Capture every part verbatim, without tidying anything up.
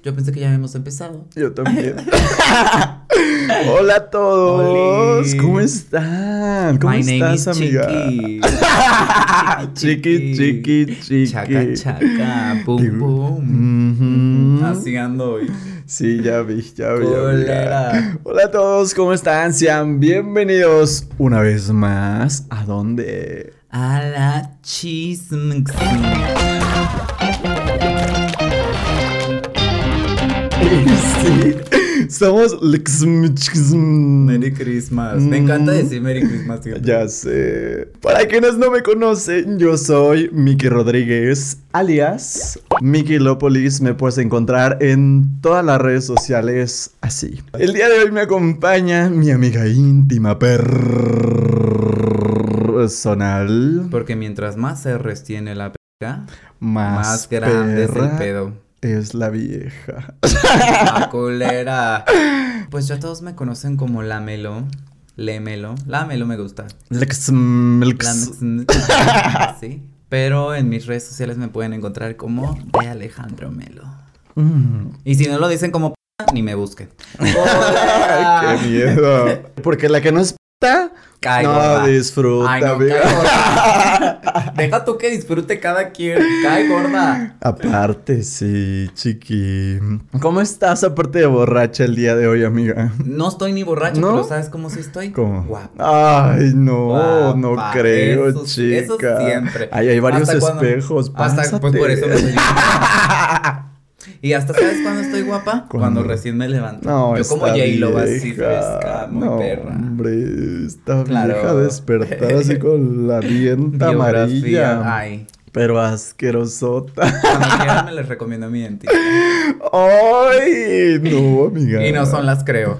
Yo pensé que ya habíamos empezado. Yo también. Hola a todos. Oli. ¿Cómo están? ¿Cómo My name estás, is amiga? Chiqui. Chiqui, chiqui, chiqui. Chaca, chaca, boom, Digo, boom. ujú. Así ando hoy. Sí, ya vi, ya vi. Cólera. amiga. Hola a todos, ¿cómo están? Sean bienvenidos una vez más. ¿A dónde? A la chismx. Sí, somos Merry Christmas. Me encanta decir Merry Christmas. Fíjate. Ya sé. Para quienes no me conocen, yo soy Miki Rodríguez, alias Miki Lópolis. Me puedes encontrar en todas las redes sociales así. El día de hoy me acompaña mi amiga íntima personal. Porque mientras más R's tiene la peca, Más, más grande es el perra pedo. Es la vieja. La culera. Pues ya todos me conocen como la Melo. Lemelo. La Melo me gusta. Lex, Melx. La Mex- sí. Pero en mis redes sociales me pueden encontrar como de Alejandro Melo. Mm. Y si no lo dicen como p***, ni me busquen. Ay, qué miedo. Porque la que no es puta, Cae no gorda. disfruta, Ay, no, amiga. cae gorda. Deja tú que disfrute cada quien. Cae gorda. Aparte, sí, chiqui. ¿Cómo estás aparte de borracha el día de hoy, amiga? No estoy ni borracho, ¿No? pero ¿sabes cómo sí estoy? ¿Cómo? Guapa. Ay, no, Guapa. no creo, Eso- chica. eso siempre. Ay, hay varios ¿Hasta cuándo? espejos. Hasta, pues pásate. por eso me estoy Y hasta, ¿sabes cuándo estoy guapa? ¿Cuándo? Cuando recién me levanto. No, Yo como está J-Lo así vieja. fresca, muy No, perra. hombre, esta Claro. vieja despertar así con la dienta Biografía, amarilla. Ay. Pero asquerosota. Cuando quieran me les recomiendo mi dentista. ¡Ay! No, amiga. Y no son las creo.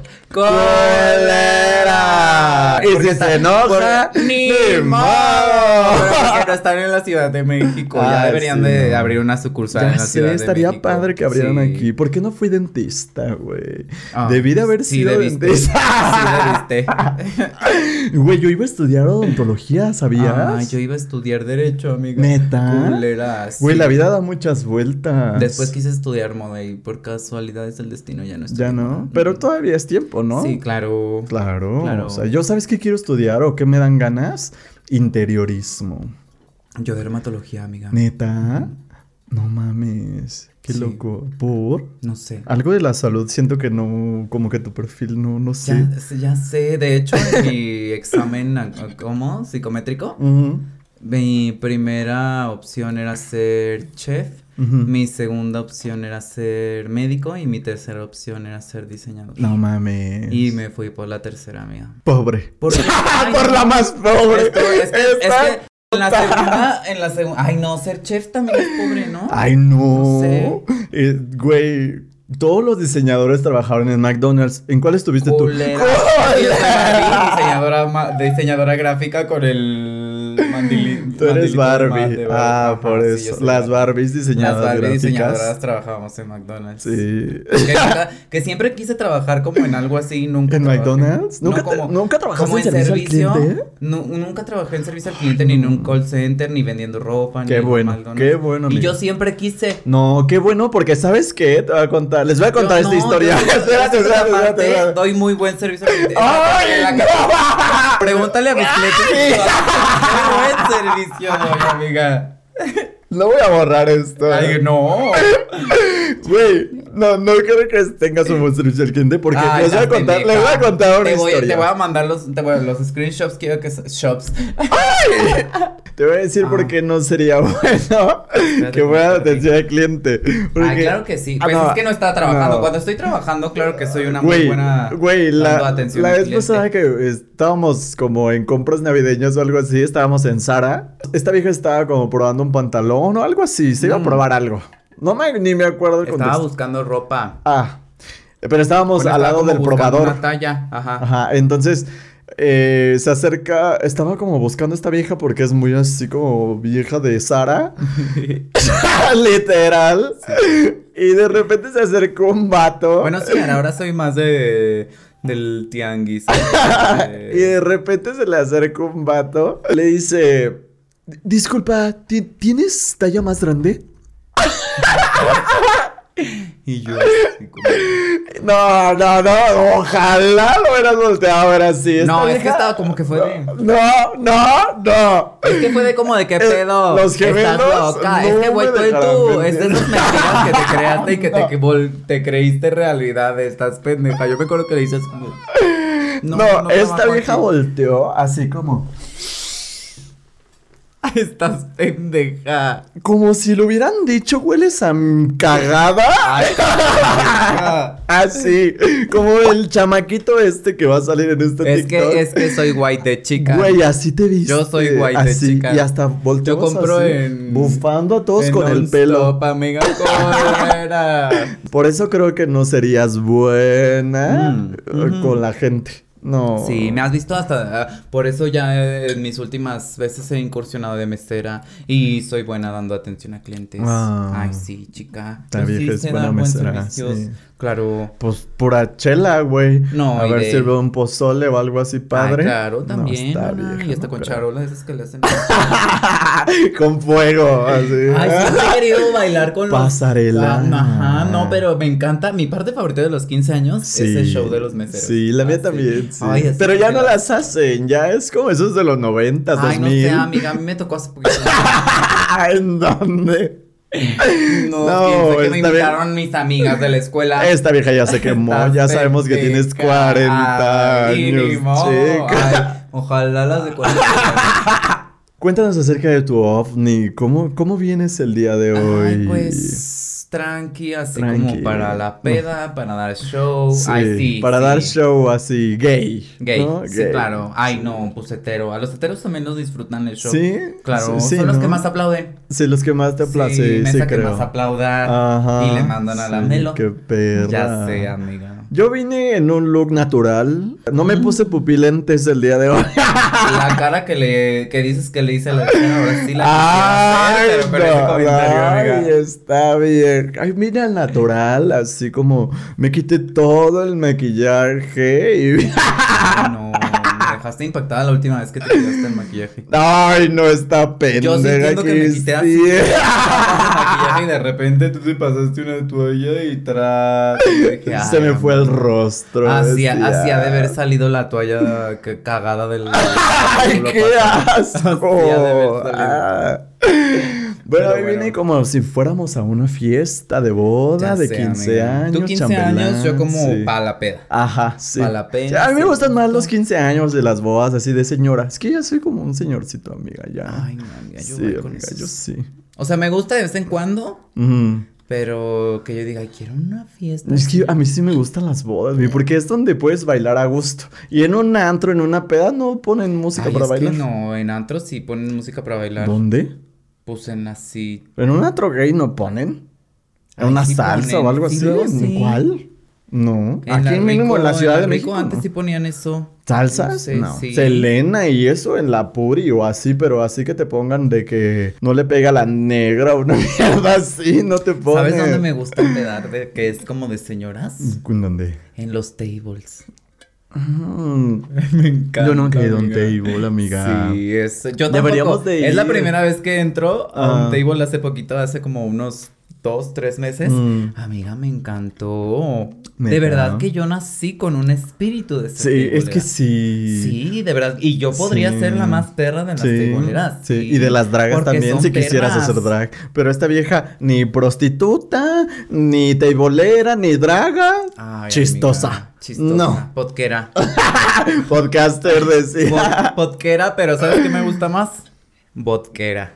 ¡Cólera! Y Porque si está- se enoja, por- ¡ni Pero modo! porque no están en la Ciudad de México. Ya Ah, deberían sí, de no. abrir una sucursal en Ya la Ciudad sé, de estaría México. padre que abrieran Sí. aquí. ¿Por qué no fui dentista, güey? Ah, Debí de haber sí sido debiste. dentista. Sí debiste. Güey, yo iba a estudiar odontología, ¿sabías? Ay, yo iba a estudiar Derecho, amiga. ¿Neta? Culera, sí. Güey, la vida da muchas vueltas. Después quise estudiar moda y por casualidades del destino ya no estoy. Ya no. Pero todavía es tiempo, ¿no? Sí, claro. Claro. Claro. O sea, ¿yo sabes qué quiero estudiar o qué me dan ganas? Interiorismo. Yo dermatología, amiga. ¿Neta? No mames. Qué Sí. loco. ¿Por? No sé. Algo de la salud siento que no, como que tu perfil no, no sé. Ya, ya sé, de hecho, en mi examen, a- ¿cómo? Psicométrico, Ujú, mi primera opción era ser chef, ujú. mi segunda opción era ser médico y mi tercera opción era ser diseñador. No mames. Y me fui por la tercera, amiga. Pobre. ¿Por qué? Ay, Por no. la más pobre. Esto- es que, es Esta- que en la segunda, en la segunda, ay no, ser chef también es pobre, ¿no? Ay, no. No sé. Eh, güey, todos los diseñadores trabajaron en McDonald's. ¿En cuál estuviste Culera. tú? Yo soy Barbie, diseñadora, ma- diseñadora gráfica con el mandili- Tú eres mandilito de Barbie. mate, Ah, ajá, por sí, eso. yo soy Las Barbie. Barbies diseñadas Las Barbie gráficas. diseñadoras trabajamos en McDonald's. Sí. Que, nunca- que siempre quise trabajar como en algo así, nunca ¿En trabajé. McDonald's? No, ¿Nunca, te- como- ¿Nunca trabajaste como en servicio, al cliente? nu- nunca trabajé en servicio al cliente, ni en un call center, ni vendiendo ropa, Qué ni en bueno, McDonald's. qué bueno, Y amigo. yo siempre quise. No, qué bueno, porque ¿sabes qué? Te voy a contar. Les voy a contar Yo- esta no, historia. yo- yo- Espérate, yo- espérate, aparte, espérate, espérate. doy muy buen servicio al cliente. ¡Ay, En la no! ca- Pregúntale a mis clientes. Qué buen servicio doy, amiga. No voy a borrar esto. Ay, no. Güey, no, no creo que tengas un buen servicio al cliente porque Ay, les voy a tan contar, les pendeja. voy a contar una te voy, historia. Te voy a mandar los, te voy a- los screenshots, quiero que se- shops. Te voy a decir Ah. por qué no sería bueno que fuera espérate. atención al cliente. Porque, Ah, claro que sí. Ah, Pues no, es que no estaba trabajando. no. Cuando estoy trabajando, claro que soy una muy Güey, buena. güey, dando la, atención la al vez cliente. pasada que estábamos como en compras navideñas o algo así, estábamos en Zara. Esta vieja estaba como probando un pantalón o algo así, se iba Mm. a probar algo. No me, ni me acuerdo el Estaba contexto. buscando ropa. Ah, pero estábamos Bueno, al estaba lado como del buscando probador. Una talla. Ajá. Ajá, entonces eh, se acerca, estaba como buscando a esta vieja porque es muy así como vieja de Zara, literal, y de repente se acercó un vato. Bueno, sí, ahora soy más de del tianguis. Y de repente se le acerca un vato, le dice, disculpa, ¿ti- ¿tienes talla más grande? Y yo así como... No, no, no, ojalá lo hubieras volteado ahora sí. No, es que estaba como que fue de... No, no, no. Es que fue de como de qué Eh, pedo. los gemelos Estás loca. no es que, güey, me tú, dejarán tú, mentir. es de esas mentiras que te creaste y que No. te, que vol- te creíste realidad. Estás pendeja. Yo me acuerdo que le dices como... No, no esta trabajo vieja aquí. volteó así como... Estás pendeja. Como si le hubieran dicho, hueles a m- cagada. Ay, pendeja. Así, como el chamaquito este que va a salir en este Es TikTok. que, es que soy white de chica. Güey, así te viste. Yo soy guay de así, chica. Y hasta volteó. Yo compro en... Bufando a todos en con el Non-Stop, pelo. amiga, cólera. Por eso creo que no serías buena Mm, eh, ujú. con la gente. No. Sí, me has visto hasta... ah, por eso ya eh, en mis últimas veces he incursionado de mesera y soy buena dando atención a clientes. Ah. Ay, sí, chica. La Yo vieja sí es sé buena dar buen mesera, servicios. sí. Claro. Pues pura chela, güey. No, A y ver de- si veo un pozole o algo así padre. Ay, claro, No, también. está mana, vieja, y hasta no con creo. charolas esas que le hacen. Con fuego, así. Ay, siempre he querido bailar con los... Pasarela. Ah, ajá, no, pero me encanta. Mi parte favorita de los quince años Sí. es el show de los meseros. Sí, la mía Ah, también, sí. Ay, así Pero ya que no la- las hacen, ya es como esos de los noventas, Ay, dos no mil. sé, amiga, a mí me tocó hace poquito. ¿En dónde? No, No, pienso que me está bien. invitaron mis amigas de la escuela. Esta vieja ya se quemó, Estás ya sabemos que tienes pendeja. cuarenta Ay, años, ni modo. chica. Ay, ojalá las de cuarenta. Cuéntanos acerca de tu ovni, ¿cómo, cómo vienes el día de hoy? Ay, pues tranqui, así Tranqui. como para la peda, para dar show. Sí, Ay, sí. para sí. dar show así, gay. Gay, ¿no? sí, Gay. claro. Ay, no, pues hetero. A los heteros también los disfrutan el show. Sí, Claro, sí, sí, son los ¿no? que más aplauden. Sí, los que más te aplauden, sí, sí, mesa que creo. más aplaudan. Ajá, Y le mandan a la sí, melo. qué perra. Ya sé, amiga. Yo vine en un look natural. No me puse pupilentes el día de hoy. La cara que le que dices que le hice a la escena, ahora sí la quisiera Ay, hacer, pero con ese no, comentario, ay, amiga. está bien. Ay, mira el natural, así como me quité todo el maquillaje y... Ay, no, me dejaste impactada la última vez que te quitaste el maquillaje. Ay, no, está pendeja. Yo sí entiendo que me sí. quité así el maquillaje y de repente tú te pasaste una toalla y tras. Se me fue el rostro. Así, decía. así ha de haber salido la toalla que- cagada del. ¡Ay, capítulo qué pasado. asco! Así ha de haber salido. Ah. Bueno, Pero hoy bueno. vine como si fuéramos a una fiesta de boda, Ya de sé, quince amiga. años. Tú quince chambelán, años, yo como sí. pa' la peda. Ajá, sí. Pa' la pena, Sí, a mí me sí. gustan más los quince años de las bodas, así de señora. Es que ya soy como un señorcito, amiga, ya. Ay, no, amiga, yo sí, voy con amiga, esos. yo sí. O sea, me gusta de vez en cuando, Ujú. pero que yo diga, "Ay, quiero una fiesta". Es que a mí sí me gustan las bodas, güey, porque es donde puedes bailar a gusto. Y en un antro, en una peda, no ponen música Ay, para es bailar. que no, en antros sí ponen música para bailar. ¿Dónde? Pusen así. ¿En un antro gay no ponen? Ay, ¿Una sí salsa ponen, o algo sí, así? luego sí. ¿Cuál? No. En Aquí la mínimo en la Rico, Ciudad la de Rico México. antes no. sí ponían eso. ¿Salsas? No sé, No. sí. Selena y eso en la Puri o así, pero así que te pongan de que no le pega la negra o una mierda así, no te ponen. ¿Sabes dónde me gusta pedar de que es como de señoras? ¿En dónde? En los tables. Mm. Me encanta. Yo nunca he ido a un amiga. table, amiga. Sí, es. Yo Deberíamos tampoco. de Es la ir. primera vez que entro a Ah. un table hace poquito, hace como unos dos, tres meses. Mm. Amiga, me encantó. De ¿Neta? verdad que yo nací con un espíritu de ser Sí, es que tablera. sí. Sí, de verdad. Y yo podría Sí. ser la más perra de las Sí, tableras. sí, y de las dragas porque también, son si quisieras perras. hacer drag. Pero esta vieja, ni prostituta, ni teibolera, ni draga. Ay, Chistosa. amiga, chistosa. No. Podquera. Podcaster decía. Pod- podquera, pero ¿sabes qué me gusta más? Vodquera.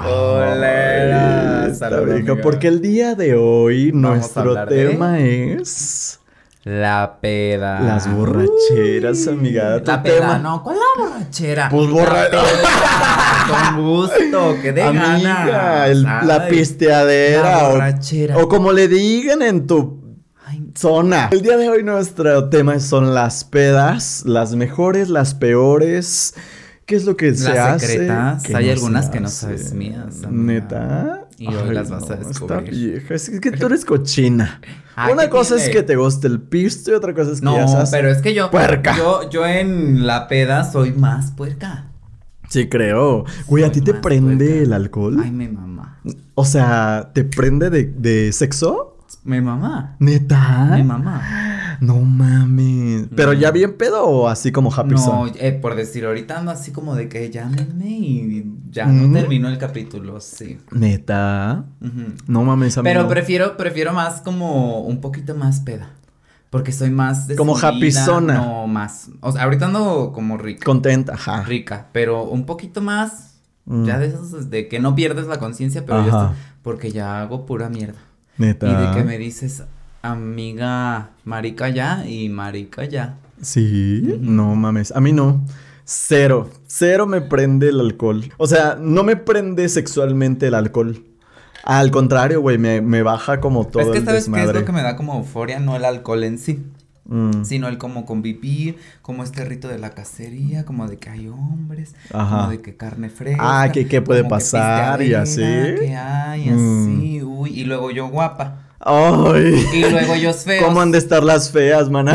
Olera. Ay, esta Salud, vieja, amiga. porque el día de hoy Vamos a nuestro hablar de- tema es La peda. las borracheras, amiga. Tu La peda, tema- no, ¿cuál la borrachera? Pues borra- La peda, con gusto, que de Amiga, ganas. el- la Ay, pisteadera. la o- borrachera. O, como le digan en tu Ay, zona. El día de hoy nuestro tema son las pedas, las mejores, las peores. ¿Qué es lo que se Las hace? secretas, ¿Qué hay no algunas se que no hace? sabes mías, amiga. ¿Neta? Y hoy las vas a descubrir. Esta vieja, es que tú eres cochina. Ay, Una ¿qué cosa es tiene? que te guste el pisto y otra cosa es que ya No, seas pero es que yo, puerca. yo, yo en la peda soy más puerca. Sí, creo. Güey, ¿a Soy ti te más prende puerca. el alcohol? Ay, mi mamá. O sea, ¿te prende de, de sexo? Mi mamá. ¿Neta? Mi mamá. No mames. ¿Pero ya bien pedo o así como happy No, son? eh, por decir, ahorita ando así como de que llámenme y ya Mm. no terminó el capítulo, sí. ¿Neta? Ujú. No mames, amigo. Pero prefiero, prefiero más como un poquito más peda. Porque soy más Como decidida, happyzona. No, más. O sea, ahorita ando como rica. Contenta, ajá. Rica, pero un poquito más. Mm. Ya de esos de que no pierdes la conciencia, pero yo Ajá. estoy, porque ya hago pura mierda. ¿Neta? Y de que me dices, amiga, marica ya y marica ya. Sí, Ujú. no mames, a mí no. Cero, cero me prende el alcohol. O sea, no me prende sexualmente el alcohol. Al contrario, güey, me, me baja como todo Es que el sabes qué es desmadre. lo que me da como euforia, no el alcohol en sí, Mm, sino el como convivir, como este rito de la cacería, como de que hay hombres, Ajá. como de que carne fresca. Ah, que qué puede como que pasar y pisteadera, así. que hay Mm. así, uy, y luego yo guapa. Ay. Y luego ellos feos. ¿Cómo han de estar las feas, mana?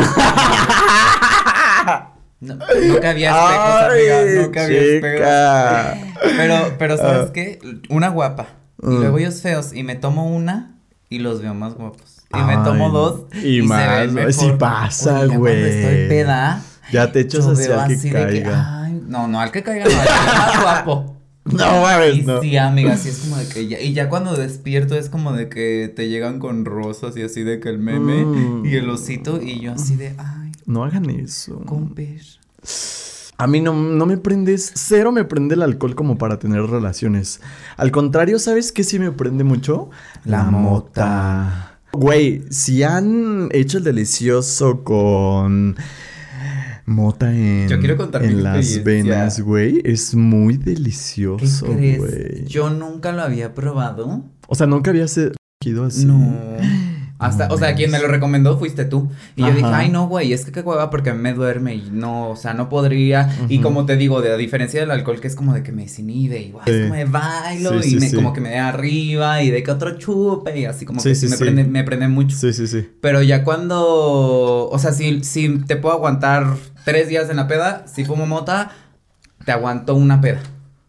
No, nunca había espejos, amiga, Ay, nunca había espejos. chica. Pero, pero ¿sabes Ah. qué? Una guapa. Y Mm. luego ellos feos. Y me tomo una y los veo más guapos. Y me tomo Ay, dos y y, más, se ven güey, mejor. sí pasa, Oye, ya güey. Cuando estoy peda. Ya te echas yo hacia veo el que así de caiga. ay, no, no, al que caiga no, al que más guapo. No mames, Y no. sí, amiga, sí es como de que ya, y ya cuando despierto es como de que te llegan con rosas y así de que el meme Mm. y el osito y yo así de, ay, No hagan eso. comper. A mí no, no me prendes, cero me prende el alcohol como para tener relaciones. Al contrario, ¿sabes qué sí me prende mucho? La mota. Güey, si han hecho el delicioso con mota en, Yo quiero contar mi en las experiencia. venas, güey, es muy ¿Qué delicioso, crees? güey. Yo nunca lo había probado. O sea, nunca había sentido así. No. Hasta, No o sea, quien me lo manches. recomendó fuiste tú. Y yo Ajá. dije, ay, no, güey, es que qué hueva porque a mí me duerme y no, o sea, no podría. Y Ujú. como te digo, de a diferencia del alcohol, que es como de que me desinhibe y guay, Sí. es como de bailo Sí, y sí, me, sí. como que me da arriba y de que otro chupe y así como Sí, que sí, sí, me, sí. Prende, me prende mucho. Sí, sí, sí. Pero ya cuando, o sea, si, si te puedo aguantar tres días en la peda, si fumo mota, te aguanto una peda.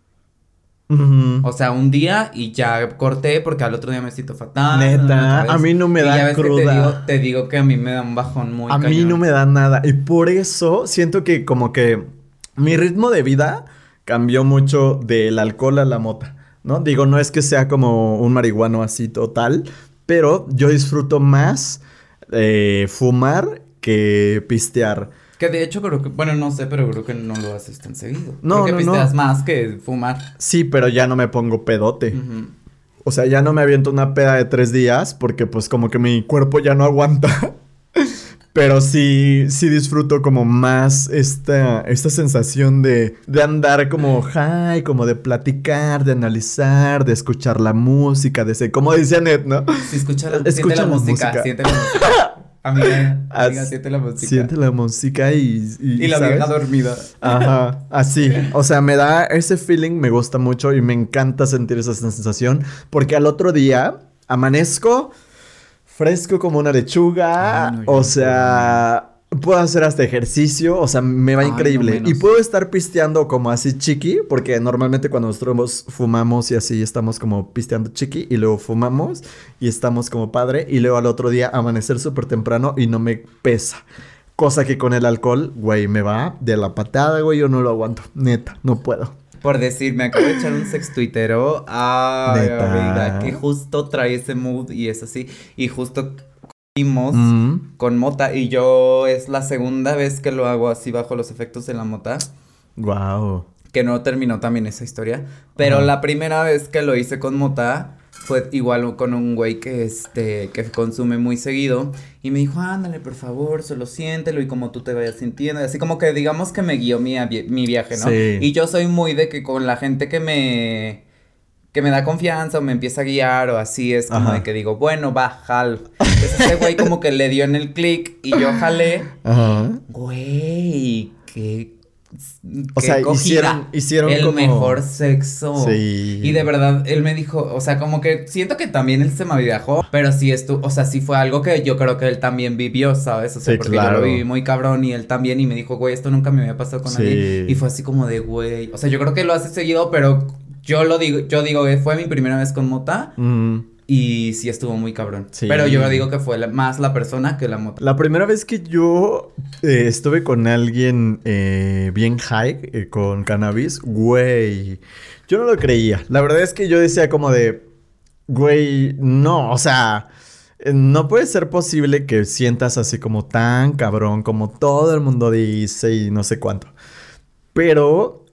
Ujú. O sea, un día y ya corté porque al otro día me siento fatal. Neta, me duele la cabeza. a mí no me Y da ya ves que cruda. te digo, te digo que a mí me da un bajón muy A mí cañón. no me da nada. Y por eso siento que como que mi ritmo de vida cambió mucho del alcohol a la mota, ¿no? Digo, no es que sea como un marihuano así total, pero yo disfruto más eh, fumar que pistear. Que de hecho creo que, bueno, no sé, pero creo que no lo haces tan seguido. No, creo que no, pisteas no. más que fumar. Sí, pero ya no me pongo pedote. Ujú. O sea, ya no me aviento una peda de tres días porque pues como que mi cuerpo ya no aguanta. Pero sí, sí disfruto como más esta, esta sensación de, de andar como high, como de platicar, de analizar, de escuchar la música, de ser, como decía Ned, ¿no? Si escucha la, Escucha siente la, la música, música. siente la música. Amiga, amiga, As- siente la música. Siente la música y... Y, Y la ¿sabes? vieja dormida. Ajá, así. O sea, me da ese feeling, me gusta mucho y me encanta sentir esa sensación. Porque al otro día amanezco fresco como una lechuga. Ay, no, yo o no sea, puedo hacer hasta ejercicio. O sea, me va Ay, increíble. no y menos. puedo estar pisteando como así chiqui. Porque normalmente cuando nosotros fumamos y así estamos como pisteando chiqui. Y luego fumamos y estamos como padre. Y luego al otro día amanecer súper temprano y no me pesa. Cosa que con el alcohol, güey, me va de la patada, güey, yo no lo aguanto. Neta, no puedo. Por decir, me acabo de echar un sextuitero. Ay, ¿Neta? amiga, que justo trae ese mood y es así. Y justo fuimos Mm, con mota y yo es la segunda vez que lo hago así bajo los efectos de la mota. wow. Que no terminó también esa historia. Pero Ajá. la primera vez que lo hice con mota fue igual con un güey que este que consume muy seguido y me dijo, ándale, por favor, solo siéntelo y como tú te vayas sintiendo. Y así como que digamos que me guió mi, avi- mi viaje, ¿no? Sí. Y yo soy muy de que con la gente que me que me da confianza o me empieza a guiar o así es como Ajá. de que digo, bueno, va, jalo. Entonces ese güey como que le dio en el click y yo jalé. Ajá. Güey, qué O qué sea, cogida. hicieron, hicieron El como... mejor sexo. Sí. Y de verdad, él me dijo, o sea, como que siento que también él se me viajó, pero sí esto, o sea, sí fue algo que yo creo que él también vivió, ¿sabes? O sea, Sí, porque claro. yo lo viví muy cabrón y él también y me dijo, güey, esto nunca me había pasado con Sí. nadie. Y fue así como de, güey, o sea, yo creo que lo hace seguido, pero yo lo digo, yo digo, eh, fue mi primera vez con mota. Mm, Y sí estuvo muy cabrón. Sí. Pero yo digo que fue la, más la persona que la moto. La primera vez que yo eh, estuve con alguien eh, bien high, eh, con cannabis, güey, yo no lo creía. La verdad es que yo decía como de, güey, no, o sea, eh, no puede ser posible que sientas así como tan cabrón como todo el mundo dice y no sé cuánto. Pero,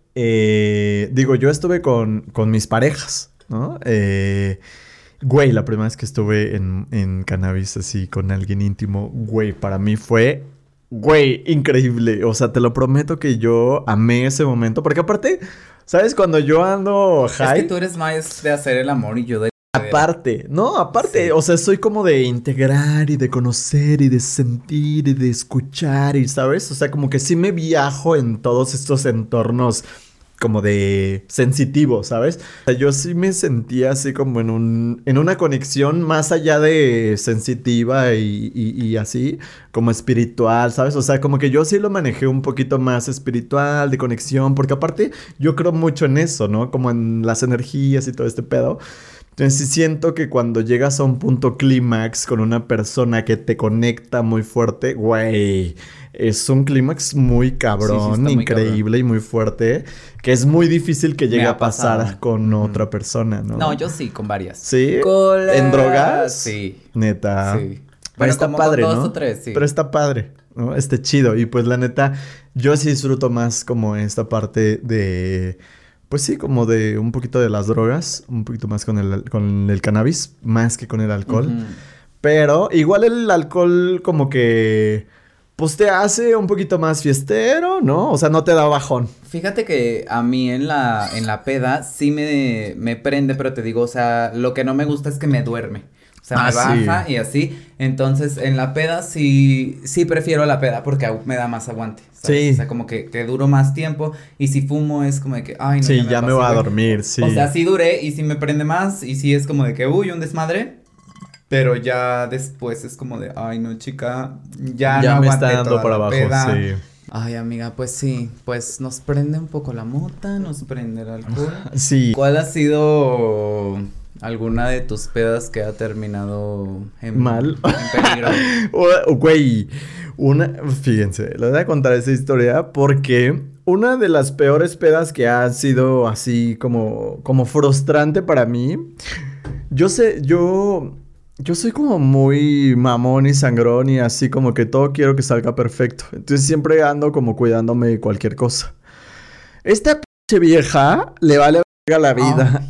eh, digo, yo estuve con, con mis parejas, ¿no? Eh... Güey, la primera vez que estuve en, en cannabis así con alguien íntimo, güey, para mí fue, güey, increíble. O sea, te lo prometo que yo amé ese momento. Porque aparte, ¿sabes? Cuando yo ando high... Es que tú eres más de hacer el amor y yo de... Aparte, no, aparte, Sí. O sea, soy como de integrar y de conocer y de sentir y de escuchar y, ¿sabes? O sea, como que sí me viajo en todos estos entornos como de sensitivo, ¿sabes? O sea, yo sí me sentía así como en un en una conexión más allá de sensitiva y, y, y así, como espiritual, ¿sabes? O sea, como que yo sí lo manejé un poquito más espiritual, de conexión, porque aparte yo creo mucho en eso, ¿no? Como en las energías y todo este pedo. Entonces sí siento que cuando llegas a un punto clímax con una persona que te conecta muy fuerte, güey, es un clímax muy cabrón, Sí, sí, está muy increíble cabrón. y muy fuerte, que es muy difícil que llegue Me ha a pasar pasado. con Ujú. otra persona, ¿no? No, yo sí, con varias. ¿Sí? Con la- ¿En drogas? Sí. Neta. Sí. Pero Bueno, está como padre, con dos ¿no? o tres, sí. Pero está padre, ¿no? Este chido. Y pues la neta, yo sí disfruto más como esta parte de... Pues sí, como de un poquito de las drogas, un poquito más con el, con el cannabis, más que con el alcohol. Ujú. Pero igual el alcohol como que... Pues te hace un poquito más fiestero, ¿no? O sea, no te da bajón. Fíjate que a mí en la, en la peda sí me, me prende, pero te digo, o sea, lo que no me gusta es que me duerme. O sea, Ah, me sí. baja y así. Entonces, en la peda sí, sí prefiero la peda porque au- me da más aguante. ¿Sabes? Sí. O sea, como que, que duro más tiempo. Y si fumo es como de que, ay, no, Sí, ya me pasé, voy a güey. dormir, sí. O sea, sí duré y sí me prende más. Y sí es como de que, uy, un desmadre. Pero ya después es como de, ay, no, chica, ya, Ya no me aguanté está dando toda para la abajo, peda. sí. Ay, amiga, pues sí, pues nos prende un poco la mota, nos prende el alcohol. Sí. ¿Cuál ha sido alguna de tus pedas que ha terminado en, Mal. en peligro? O- Güey, una, fíjense, les voy a contar esa historia porque una de las peores pedas que ha sido así como, como frustrante para mí, yo sé, yo, yo soy como muy mamón y sangrón y así como que todo quiero que salga perfecto. Entonces siempre ando como cuidándome de cualquier cosa. Esta pinche vieja le vale verga la vida.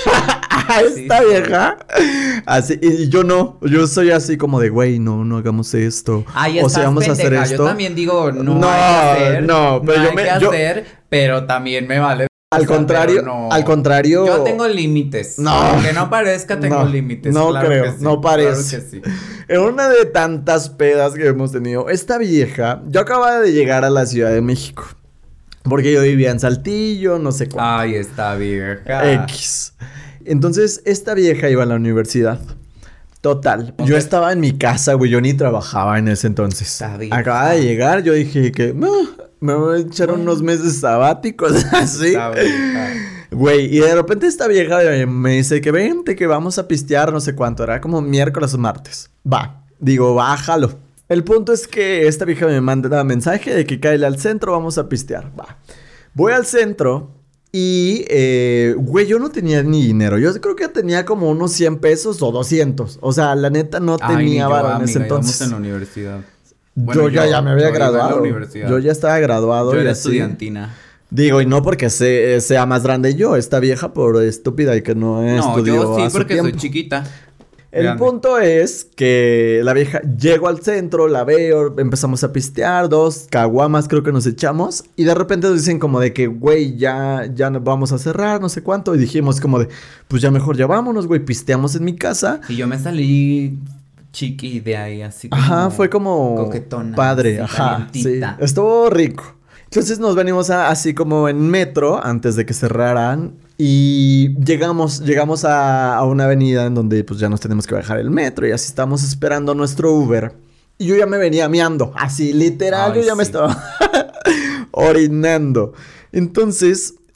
A Sí, esta sí. vieja. Así, y yo no, yo soy así como de, güey, no, no hagamos esto. Ay, o sea, estás vamos a hacer pendeja, esto. Yo también digo, no, No, hay que hacer, no, pero no yo hay me- que yo- hacer, pero también me vale. Al o sea, contrario, pero no. al contrario. Yo tengo límites. No. Aunque no parezca, tengo No, límites. no claro creo, que sí, no parece. Claro que sí. En una de tantas pedas que hemos tenido, esta vieja, yo acababa de llegar a la Ciudad de México. Porque yo vivía en Saltillo, no sé cuánto. Ay, está vieja. X. Entonces, esta vieja iba a la universidad. Total. Ok. Yo estaba en mi casa, güey. Yo ni trabajaba en ese entonces. Está vieja. Acababa de llegar. Yo dije que "Ah, me voy a echar Bueno. unos meses sabáticos así. Está vieja. Güey, y de repente esta vieja eh, me dice que vente, que vamos a pistear, no sé cuánto. Era como miércoles o martes. Va. Digo, bájalo. El punto es que esta vieja me manda un mensaje de que cáele al centro, vamos a pistear. Va. Voy al centro y, eh, güey, yo no tenía ni dinero. Yo creo que tenía como unos cien pesos o doscientos. O sea, la neta no Ay, ni tenía yo, varo en amiga, ese íbamos entonces. en la universidad. Yo Bueno, ya, yo- ya me había yo iba en la graduado. universidad. Yo ya estaba graduado. Yo y era así. estudiantina. Digo, y no porque se- sea más grande yo, esta vieja por estúpida y que no No, estudió yo sí, a su porque tiempo. soy chiquita. El Grande. punto es que la vieja, llego al centro, la veo, empezamos a pistear, dos caguamas creo que nos echamos, y de repente nos dicen como de que, güey, ya, ya nos vamos a cerrar, no sé cuánto, y dijimos como de, pues ya mejor ya vámonos, güey, pisteamos en mi casa. Y yo me salí chiqui de ahí, así como Ajá, fue como coquetona, padre, así, ajá, sí, calientita. estuvo rico. Entonces nos venimos a- así como en metro antes de que cerraran y llegamos, llegamos a, a una avenida en donde pues ya nos tenemos que bajar el metro y así estamos esperando nuestro Uber. Y yo ya me venía meando, así literal, Ay, yo ya me sí. estaba orinando. Entonces, esta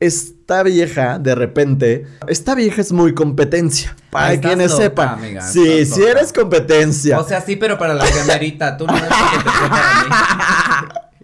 esta vieja, de repente, esta vieja es muy competencia. Para Estás quienes loca, sepan. amiga, Sí, estás sí loca. eres competencia. O sea, sí, pero para la camarita, tú no eres competencia para mí.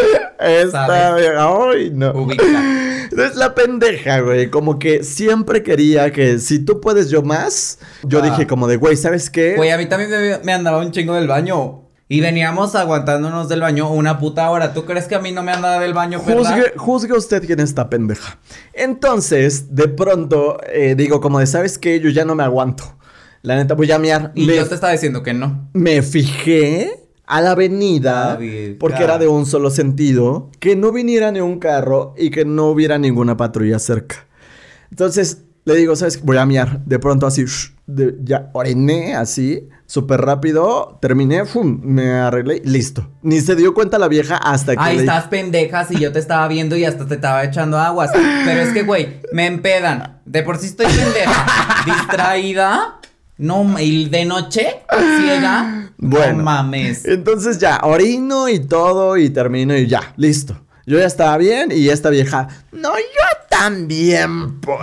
Esta ¿sabes? vieja, ay, no. Ubica. Entonces la pendeja, güey, como que siempre quería que si tú puedes yo más, yo Ah. dije como de, güey, ¿sabes qué? Güey, a mí también me, me andaba un chingo del baño. Y veníamos aguantándonos del baño una puta hora. ¿Tú crees que a mí no me andaba del baño, verdad? Juzgue, juzgue usted quién está pendeja. Entonces, de pronto, eh, digo como de, ¿sabes qué? Yo ya no me aguanto. La neta, voy a mear. Y me, yo te estaba diciendo que no. me fijé a la avenida, David, porque claro. era de un solo sentido, que no viniera ni un carro y que no hubiera ninguna patrulla cerca. Entonces, le digo, ¿sabes qué? Voy a mear. De pronto así, shh, de- ya oriné así, súper rápido, terminé, fum, me arreglé, listo. Ni se dio cuenta la vieja hasta que Ahí le estás pendejas y yo te estaba viendo y hasta te estaba echando aguas. Pero es que, güey, me empedan. De por sí estoy pendeja. Distraída. No, y de noche, ciega. Bueno. No mames. Entonces ya, orino y todo y termino y ya, listo. Yo ya estaba bien y esta vieja, no, yo también puedo.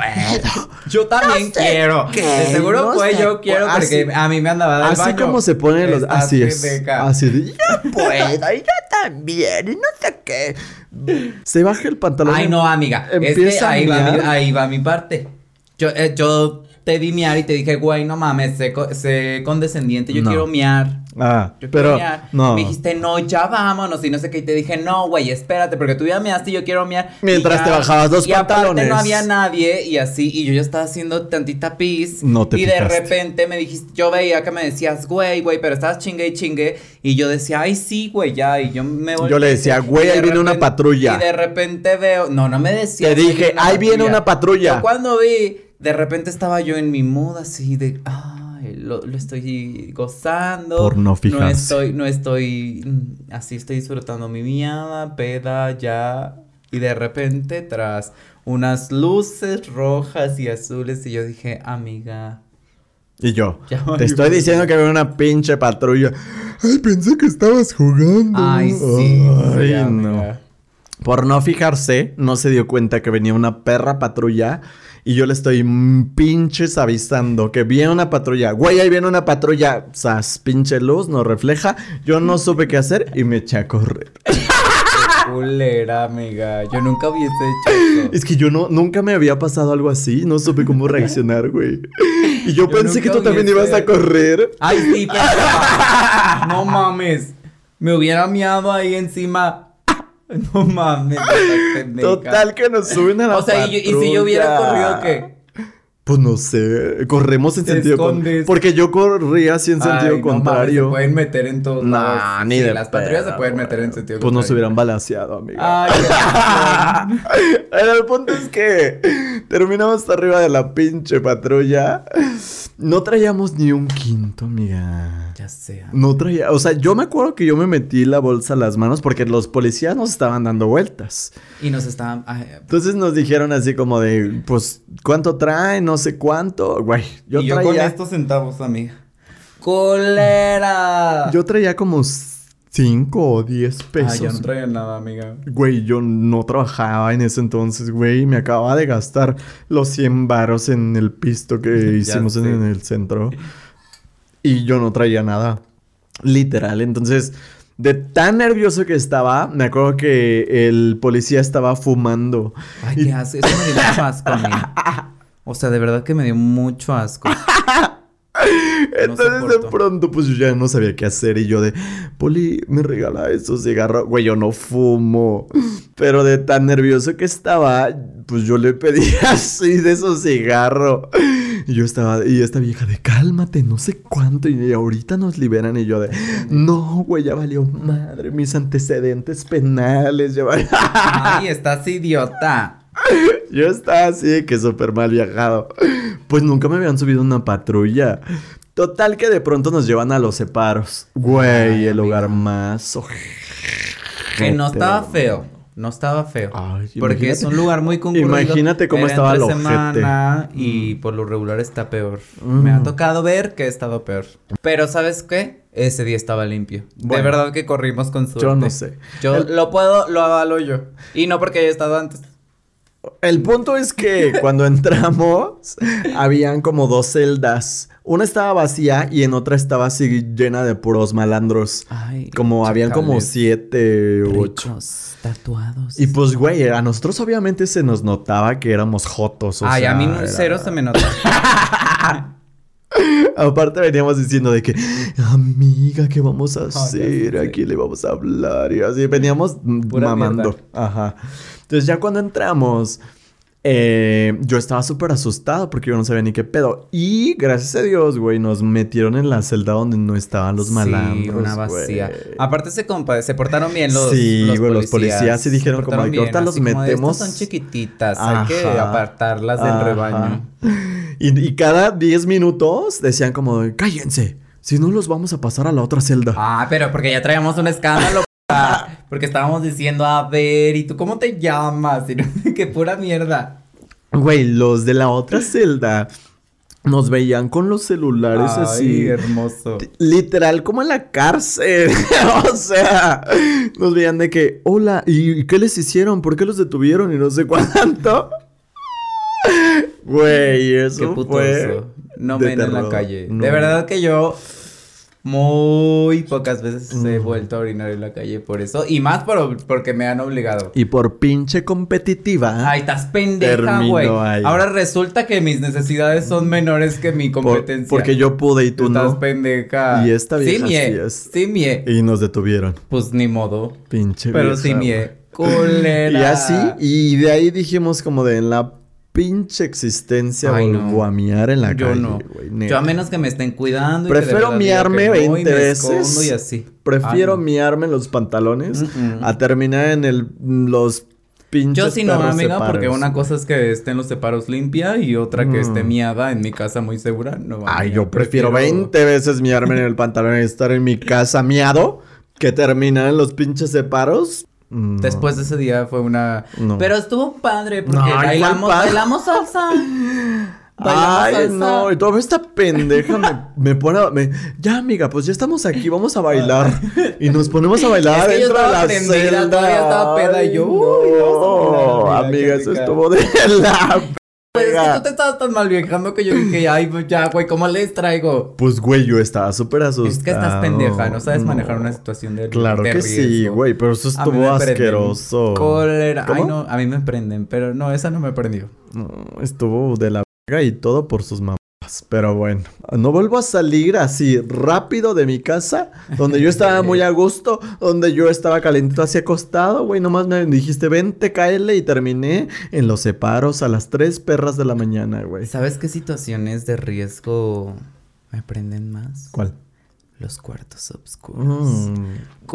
Yo también No sé quiero. qué, De seguro no fue sé yo quiero cu- porque así- a mí me andaba del Así baño. como se ponen los, Estás así es, pendeja. así de, yo puedo y yo también y no sé qué. Se baja el pantalón. Ay, no, amiga. Es que Empieza a ahí va, mi, mear. ahí va mi parte. Yo, eh, yo te di miar y te dije, güey, no mames, sé, co- sé condescendiente, yo No. quiero miar. Ah, Yo quiero pero miar. no. Me dijiste, no, ya vámonos. Y no sé qué. Y te dije, no, güey, espérate, porque tú ya measte y yo quiero miar. Mientras Y ya- te bajabas dos y aparte pantalones. no había nadie y así. Y yo ya estaba haciendo tantita pis. No te Y de fijaste. repente me dijiste, yo veía que me decías, güey, güey, pero estabas chingue y chingue. Y yo decía, ay, sí, güey, ya. Y yo me volteé. Yo le decía, güey, Y de ahí viene una repente- patrulla. Y de repente veo, no, no me decías. Te dije, ahí viene una patrulla. Yo cuando vi, de repente estaba yo en mi mood así de, ay, lo, lo estoy gozando. Por no fijarse. No estoy, no estoy, mm, así estoy disfrutando mi miada, peda, ya. Y de repente tras unas luces rojas y azules y yo dije, amiga. Y yo, Ya te valió. estoy diciendo que había una pinche patrulla. Ay, pensé que estabas jugando. Ay, sí. Ay, sí, no. amiga. Por no fijarse, no se dio cuenta que venía una perra patrulla y yo le estoy mm, pinches avisando que viene una patrulla. Güey, ahí viene una patrulla. Sas, pinche luz, nos refleja. Yo no supe qué hacer y me eché a correr. Culera, amiga. Yo nunca hubiese hecho eso. Es que yo no, nunca me había pasado algo así. No supe cómo reaccionar, güey. Y yo, Yo pensé que nunca tú también hubiese- ibas a correr. Ay, sí, pendeja. No mames. Me hubiera miado ahí encima. No mames. estás pendeja. Total que nos suben a la O sea, y, yo- y si yo hubiera patrulla. corrido, ¿qué? Pues no sé, corremos en Te sentido escondes. contrario. Porque yo corría así en sentido Ay, no mames, contrario. se pueden meter en todos Nah, lados. ni Sí, de las patrullas pedo, se pueden güey. meter en sentido Pues nos contrario. hubieran balaseado, amiga. Ay, qué Pero el punto es que terminamos hasta arriba de la pinche patrulla. No traíamos ni un quinto, amiga. ya sea. No traía, o sea, yo me acuerdo que yo me metí la bolsa a las manos porque los policías nos estaban dando vueltas. Y nos estaban. Ay, Entonces nos dijeron así como de, pues, ¿cuánto trae? No sé cuánto. Güey, yo y yo traía... con estos centavos, amiga. ¡Colera! Yo traía como cinco o diez pesos. Ay, yo no traía nada, amiga. Güey, yo no trabajaba en ese entonces, güey. Me acababa de gastar los cien varos en el pisto que Ya hicimos en, sé. en el centro. Y yo no traía nada. Literal. Entonces, de tan nervioso que estaba, me acuerdo que el policía estaba fumando. Ay, Y- qué asco. Eso me dio mucho asco, amiga. O sea, de verdad que me dio mucho asco. Entonces de soporto. pronto pues yo ya no sabía qué hacer y yo de, Poli, me regala esos cigarros. Güey, yo no fumo. Pero de tan nervioso que estaba, pues yo le pedí así de esos cigarros. Y yo estaba, y esta vieja de, cálmate, no sé cuánto. Y ahorita nos liberan y yo de, no, güey, ya valió madre, mis antecedentes penales. Ya valió. Ay, estás idiota. Yo estaba así de que súper mal viajado. Pues nunca me habían subido una patrulla. Total que de pronto nos llevan a los separos. Güey, Ay, el lugar amiga. más ojete. Que no estaba feo. No estaba feo. Ay, porque imagínate- es un lugar muy concurrido. imagínate cómo Era estaba entre el ojete. semana y por lo regular está peor. Mm. Me ha tocado ver que ha estado peor. Pero ¿sabes qué? Ese día estaba limpio. Bueno. De verdad que corrimos con suerte. Yo no sé. Yo El- lo puedo, lo avalo yo. Y no porque haya estado antes. El punto es que cuando entramos, habían como dos celdas. Una estaba vacía y en otra estaba así llena de puros malandros. Ay, como habían como siete u ocho. Tatuados. Y pues, güey, a nosotros obviamente se nos notaba que éramos jotos. O Ay, sea, a mí no, era... cero se me nota. Aparte veníamos diciendo de que, amiga, ¿qué vamos a Oh, hacer? ya sé. ¿A quién le vamos a hablar? Y así veníamos Pura mamando. mierda. Ajá. Entonces ya cuando entramos, eh, yo estaba súper asustado porque yo no sabía ni qué pedo. Y gracias a Dios, güey, nos metieron en la celda donde no estaban los malandros, Sí, una vacía. güey. Aparte se, compa se portaron bien los, Sí, los güey, policías. los policías sí dijeron Se como portaron de que ahorita bien, los así como de, metemos. estas son chiquititas, Ajá. hay que apartarlas del Ajá. rebaño. Y, y cada diez minutos decían como de, cállense, si no los vamos a pasar a la otra celda. Ah, pero porque ya traíamos un escándalo, p***, porque estábamos diciendo, a ver, ¿y tú cómo te llamas? Y no sé qué pura mierda. Güey, los de la otra celda nos veían con los celulares Ay, así. hermoso. Literal, como en la cárcel. O sea, nos veían de que, hola, ¿y qué les hicieron? ¿Por qué los detuvieron? Y no sé cuánto. Güey, eso Qué putoso. fue No de men en la terror. calle. No. De verdad que yo muy pocas veces he Mm. vuelto a orinar en la calle por eso. Y más por, porque me han obligado. Y por pinche competitiva. Ay, estás pendeja, Terminó güey. ahí. Ahora resulta que mis necesidades son menores que mi por- competencia. porque yo pude y tú Estás no. pendeja. Y esta vieja sí, mie. sí es. Sí, mie. Y nos detuvieron. Pues ni modo. Pinche Pero vieja, sí, güey. mie. Culera. Y así, y de ahí dijimos como de en la pinche existencia Ay, vuelvo no. a miar en la Yo calle, no. güey, neta. Yo a menos que me estén cuidando. y que de Prefiero verdad diga miarme que no, y veinte me veces. escondo y así. Prefiero Ay, no. miarme en los pantalones Mm-mm. a terminar en el los pinches Yo sí no, perros amiga, porque separos. una cosa es que estén los separos limpia y otra que Mm. esté miada en mi casa muy segura. No, Ay, amiga, yo prefiero veinte veces miarme en el pantalón y estar en mi casa miado que terminar en los pinches separos. No. Después de ese día fue una... No. Pero estuvo padre porque Ay, bailamos, ¿cuál pa- bailamos salsa. Bailamos Ay, salsa. no, y toda esta pendeja me, me pone a... me- ya, amiga, pues ya estamos aquí, vamos a bailar. Y nos ponemos a bailar Es que yo dentro de estaba la prendida, celda. todavía estaba peda y yo, Ay, uy, vamos a no, bailar, amiga, amiga, qué eso rica. estuvo de la... Pues es que pega. tú te estabas tan mal viajando que yo dije, ay, pues ya, güey, ¿cómo les traigo? Pues, güey, yo estaba súper asustado. Es que estás pendeja, no sabes manejar una situación de Claro de que riesgo. sí, güey, pero eso A mí estuvo me prenden. asqueroso. Cólera. Ay, ¿Cómo? no, a mí me prenden, pero no, esa no me prendió. No, estuvo de la verga y todo por sus mamás. Pero bueno, no vuelvo a salir así rápido de mi casa, donde yo estaba muy a gusto, donde yo estaba calentito así acostado, güey. Nomás me dijiste, vente, cáele, y terminé en los separos a las tres perras de la mañana, güey. ¿Sabes qué situaciones de riesgo me prenden más? ¿Cuál? Los cuartos oscuros. Mm,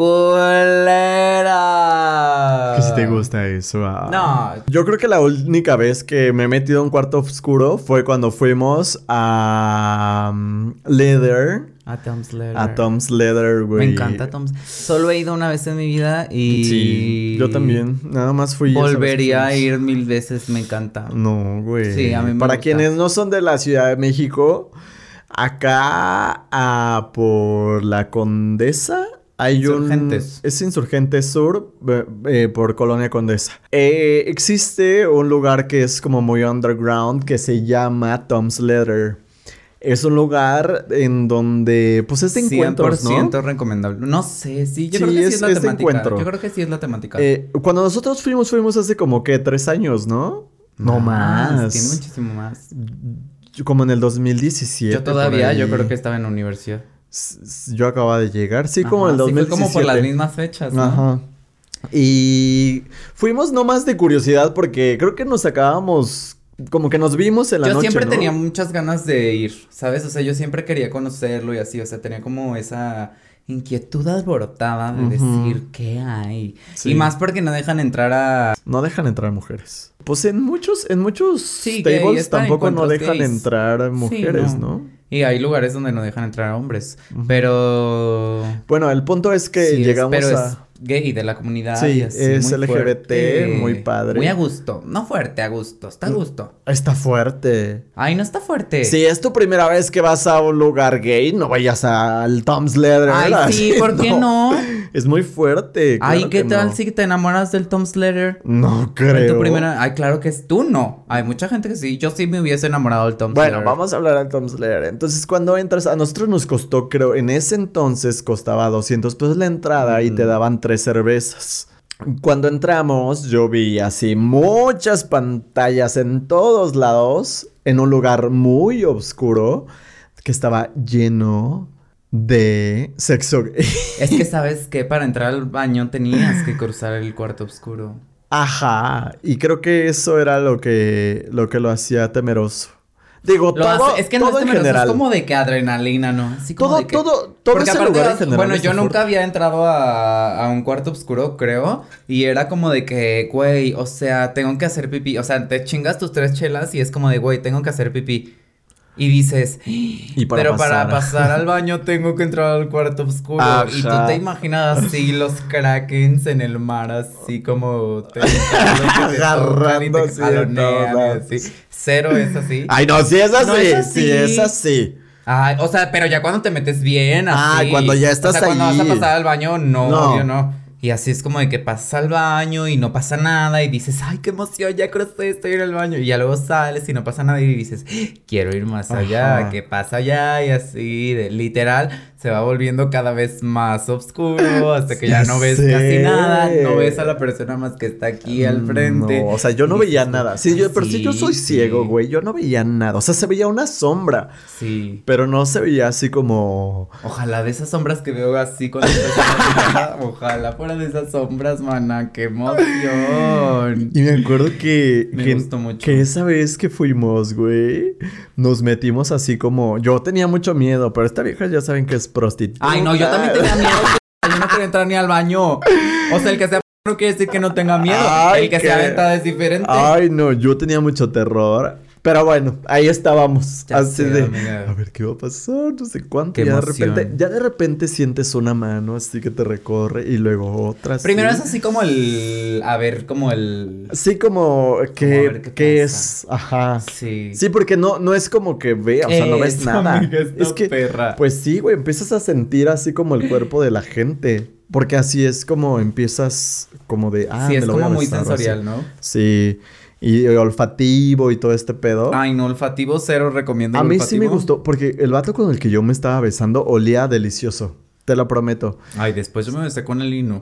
¡Cólera! que si te gusta eso. ah. No. Yo creo que la única vez que me he metido a un cuarto oscuro fue cuando fuimos a um, Leather. A Tom's Leather. A Tom's Leather, güey. Me encanta Tom's. Solo he ido una vez en mi vida y... Sí, yo también. Nada más fui. esa vez que Volvería a fuimos. ir mil veces, me encanta. No, güey. Sí, a mí me Para gusta. quienes no son de la Ciudad de México, acá ah, por la Condesa hay Insurgentes. un... Es Insurgentes Sur, eh, eh, por Colonia Condesa. Eh, existe un lugar que es como muy underground que se llama Tom's Leather. Es un lugar en donde, pues, es de encuentros, ¿no? cien por ciento recomendable. No sé, sí, yo Sí, creo que sí es- es la es de temática. encuentro. Yo creo que sí es la temática. Eh, cuando nosotros fuimos, fuimos hace como que tres años, ¿no? No más. Tiene muchísimo más. Como en el dos mil diecisiete. Yo todavía, por ahí. yo creo que estaba en la universidad. S- s- Yo acababa de llegar, sí, como en Ajá, el dos sí, mil fue diecisiete. como por las mismas fechas, ¿no? Ajá. Y fuimos no más de curiosidad porque creo que nos acabábamos, como que nos vimos en la Yo noche, siempre ¿no? tenía muchas ganas de ir, ¿sabes? O sea, yo siempre quería conocerlo y así, o sea, tenía como esa inquietud alborotada de Ujú. decir qué hay. Sí. Y más porque no dejan entrar a... No dejan entrar mujeres. Pues en muchos, en muchos Sí, gay, tables están tampoco no encuentros dejan gays. entrar mujeres, no. ¿no? Y hay lugares donde no dejan entrar a hombres, Ujú. pero... Bueno, el punto es que sí es- llegamos pero a... es gay de la comunidad. Sí, y así, es muy L G B T, fuerte. muy padre. Muy a gusto. No fuerte, a gusto. Está a gusto. Está fuerte. Ay, no está fuerte. Si es tu primera vez que vas a un lugar gay, no vayas al Tom's Leather. Ay, sí, ¿por qué no? Es muy fuerte. Ay, claro ¿qué que tal no. si te enamoras del Tom Slater? No Fue creo. tu primera... Ay, claro que es tú, no. Hay mucha gente que sí. Yo sí me hubiese enamorado del Tom Bueno, Slater. vamos a hablar del Tom's Leather. Entonces, cuando entras, a nosotros nos costó, creo, en ese entonces costaba doscientos pesos la entrada y te daban tres cervezas. Cuando entramos, yo vi así muchas pantallas en todos lados, en un lugar muy oscuro, que estaba lleno de sexo gay. Es que, ¿sabes qué? Para entrar al baño tenías que cruzar el cuarto oscuro. Ajá, y creo que eso era lo que lo, que lo hacía temeroso. Digo, Lo todo, hace- es que no todo es en temeroso, general. es como de que adrenalina, ¿no? Así como Todo, de que... todo, todo Porque ese aparte lugar en vas- general. bueno, está yo nunca fuerte. había entrado a, a un cuarto oscuro, creo, y era como de que, güey, o sea, tengo que hacer pipí, o sea, te chingas tus tres chelas y es como de, güey, tengo que hacer pipí. Y dices, Y para pero pasar. para pasar al baño tengo que entrar al cuarto oscuro. Y tú Ajá. te imaginas así los krakens en el mar, así como te, los que te tocan y Agarrando te así de jalonean y todas. así. Cero es así. Ay, no, sí es así, No es así. sí es así. Ay, o sea, pero ya cuando te metes bien, así. Ah, cuando ya estás O sea, cuando ahí. vas a pasar al baño, no, No. obvio no. Y así es como de que pasas al baño y no pasa nada y dices, ay, qué emoción, ya crucé, estoy en el baño. Y ya luego sales y no pasa nada y dices, quiero ir más allá, Ajá. ¿qué pasa allá? Y así, de, literal, se va volviendo cada vez más oscuro hasta que ya Ya no ves sé. casi nada, no ves a la persona más que está aquí al frente. No, o sea, yo no Y veía dices, nada. Sí, yo, pero si yo sí, soy sí. ciego, güey, yo no veía nada. O sea, se veía una sombra, Sí. pero no se veía así como... Ojalá de esas sombras que veo así cuando estás en la casa, ojalá fuera de esas sombras, mana, qué emoción. Y me acuerdo que, Me que, gustó mucho. que esa vez que fuimos, güey, nos metimos así como... Yo tenía mucho miedo, pero esta vieja ya saben que es prostituta. Ay, no, yo también tenía miedo. Yo no quería entrar ni al baño. O sea, el que sea no quiere decir que no tenga miedo. Ay, el que qué- sea aventada es diferente. Ay, no, yo tenía mucho terror. Pero bueno, ahí estábamos. Ya así sé, de. amiga. A ver qué va a pasar, no sé cuánto. Qué ya de emoción. repente, ya de repente sientes una mano así que te recorre y luego otra. así. Primero es así como el. A ver, como el. Sí, como que, ver qué que pasa. es, ajá. Sí. Sí, porque no, no es como que ve, o sea, no ves Eso, nada. amiga, esta es que, perra. pues sí, güey, empiezas a sentir así como el cuerpo de la gente. Porque así es como empiezas como de, ah, sí, me es lo voy como a muy besar, o así. sensorial, ¿no? Sí, y olfativo y todo este pedo. Ay, no, olfativo cero recomiendo. A el mí sí me olfativo. gustó, porque el vato con el que yo me estaba besando olía delicioso. Te lo prometo. Ay, después yo me besé con el hino.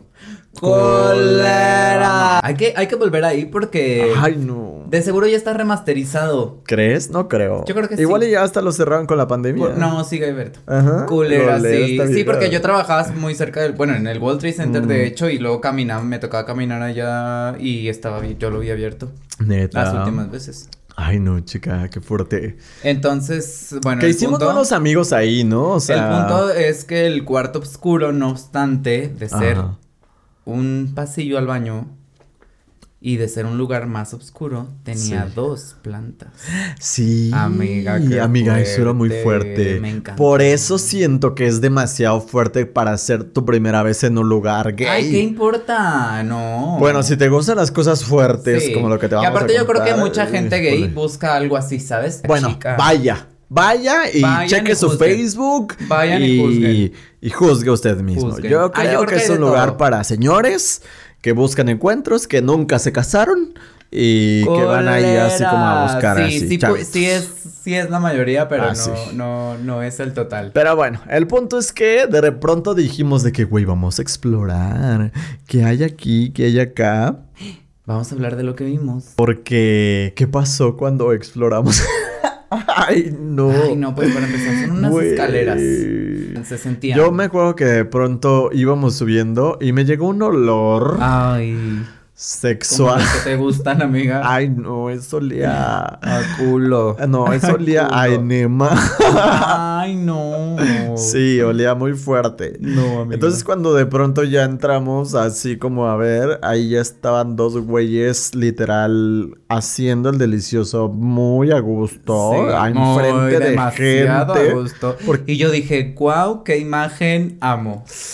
¡Cólera! Hay que, hay que volver ahí porque Ay, no. de seguro ya está remasterizado. ¿Crees? No creo. Yo creo que Igual sí. y ya hasta lo cerraron con la pandemia. No, sigue Alberto. Ajá. Culera, Culera sí. esta Sí, vieja. porque yo trabajaba muy cerca del, bueno, en el World Trade Center Mm. de hecho y luego caminaba, me tocaba caminar allá y estaba bien, yo lo vi abierto Neta. las últimas veces. Ay, no, chica, qué fuerte. Entonces, bueno, que el hicimos punto, buenos amigos ahí, ¿no? O sea. el punto es que el cuarto oscuro, no obstante de ser Ajá. un pasillo al baño y de ser un lugar más oscuro, tenía Sí. dos plantas. Sí. Amiga, qué amiga, eso era muy fuerte, fuerte. me encantó. Por eso siento que es demasiado fuerte para ser tu primera vez en un lugar gay. Ay, ¿qué importa? No. Bueno, si te gustan las cosas fuertes, Sí. como lo que te vamos a Y aparte yo creo que contar, mucha gente gay híjole. busca algo así, ¿sabes? Bueno, Chica. vaya. Vaya y Vayan cheque y su juzguen. Facebook. Vayan y juzguen. y juzgue usted mismo. Juzguen. Yo Ah, creo yo creo que que es hay un de lugar todo. para señores que buscan encuentros, que nunca se casaron y que van ahí así como a buscar Cólera. así. Sí, sí, chavitos. pues, sí es, sí es la mayoría, pero Ah, no, sí. no, no es el total. Pero bueno, el punto es que de pronto dijimos de que, güey, vamos a explorar. ¿Qué hay aquí? ¿Qué hay acá? Vamos a hablar de lo que vimos. Porque, ¿qué pasó cuando exploramos? Ay, no. Ay, no, pues para empezar, son unas Güey. escaleras. Se sentían. Yo me acuerdo que de pronto íbamos subiendo y me llegó un olor Ay, como sexual. los que te gustan, amiga. Ay, no, eso olía. A culo. No, eso olía a Culo. enema. Ay, no. Sí, olía muy fuerte. No, amiga. Entonces cuando de pronto ya entramos así como a ver, ahí ya estaban dos güeyes literal haciendo el delicioso muy a gusto, Sí, a muy enfrente de demasiado gente. a gusto. Porque- Y yo dije, wow, qué imagen amo.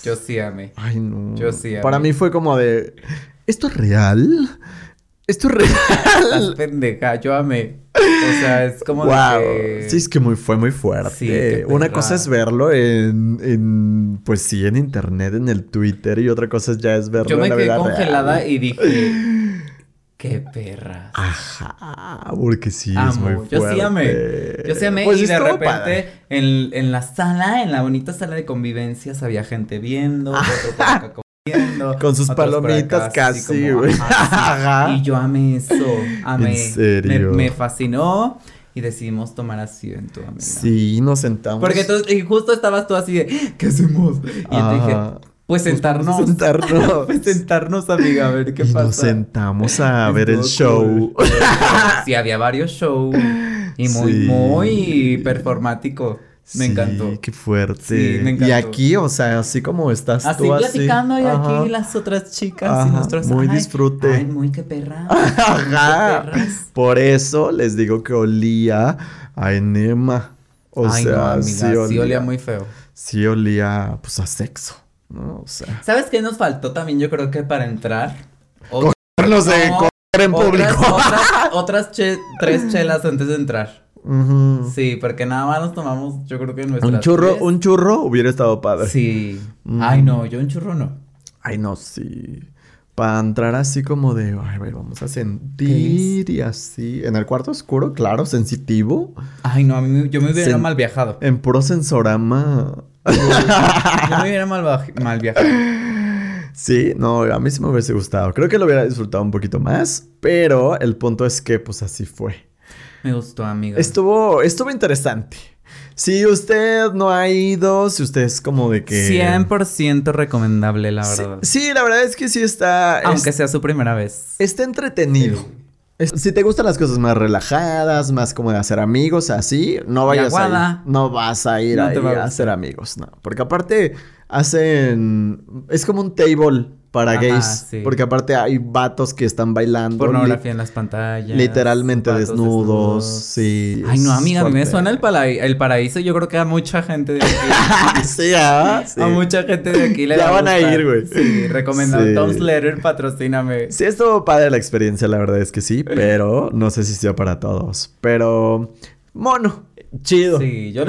Yo sí amé. Ay, no. Yo sí amé. Para mí fue como de... ¿Esto es real? ¿Esto es Estás real? pendeja, yo amé. O sea, es como Wow. de que... Sí, es que muy, fue muy fuerte. Sí, qué Una perra. cosa es verlo en, en... Pues sí, en internet, en el Twitter. Y otra cosa ya es verlo Yo me en la quedé vida congelada real. y dije... ¡Qué perras! Ajá, porque sí es Amo, muy fuerte. yo sí amé. Yo sí amé Pues y de estuvo repente padre. en, en la sala, en la bonita sala de convivencias, había gente viendo, otro por acá comiendo. Con sus otros por palomitas acá, así casi, como, güey. ajá, sí. Ajá. Y yo amé eso, amé. ¿En serio? Me, me fascinó y decidimos tomar asiento, amiga. Sí, nos sentamos. Porque tú, y justo estabas tú así de, ¿qué hacemos? Y yo te dije, Ajá. pues sentarnos. Pues sentarnos. Pues sentarnos, amiga, a ver qué y pasa. nos sentamos a ver el Estuvo show. cool. Sí, había varios shows. Y muy, Sí. muy performático. Me Sí, encantó. qué fuerte. Sí, me Y encantó. aquí, o sea, así como estás Así tú, platicando así. y Ajá. aquí las otras chicas Ajá, y nuestros... muy ay, disfrute. Ay, muy qué perra. Ajá. Qué perras. Por eso les digo que olía a enema. O ay, sea, no, amiga, sí olía. sí olía muy feo. Sí olía, pues, a sexo, ¿no? O sea. ¿Sabes qué nos faltó también? Yo creo que para entrar... O- No sé, no, coger en otras, público. Otras, otras che- tres chelas antes de entrar. Ujú. Sí, porque nada más nos tomamos, yo creo que nuestras Un churro, tres. un churro hubiera estado padre. Sí. Mm. Ay, no, yo un churro no. Ay, no, sí. Para entrar así como de, ay, güey, vamos a sentir y así. En el cuarto oscuro, claro, sensitivo. Ay, no, a mí yo me hubiera Sen- mal viajado. En puro sensorama. Yo me hubiera mal, baj- mal viajado. Sí, no, a mí sí me hubiese gustado. Creo que lo hubiera disfrutado un poquito más, pero el punto es que, pues, así fue. Me gustó, amiga. Estuvo, estuvo interesante. Si usted no ha ido, si usted es como de que... cien por ciento recomendable, la Sí, verdad. sí, la verdad es que sí está... Aunque es- sea su primera vez. Está entretenido. Es- Si te gustan las cosas más relajadas, más como de hacer amigos, así, no vayas a aguada. ir. No vas a ir No ahí te va a a gustar. hacer amigos, no. Porque aparte hacen... Es como un table para Ajá, gays. sí. Porque aparte hay vatos que están bailando. Pornografía li- en las pantallas. Literalmente vatos desnudos. Sí. Ay, no, es amiga, a mí me fuerte. suena el, pala- el paraíso. Yo creo que a mucha gente de aquí. sí, ah, sí. A mucha gente de aquí le Ya va van a gustar. ir, güey. Sí, recomendado. Sí. Tom's Letter, patrocíname. Sí, estuvo padre la experiencia, la verdad es que sí, pero no sé si sea para todos. Pero, mono, chido. Sí, yo le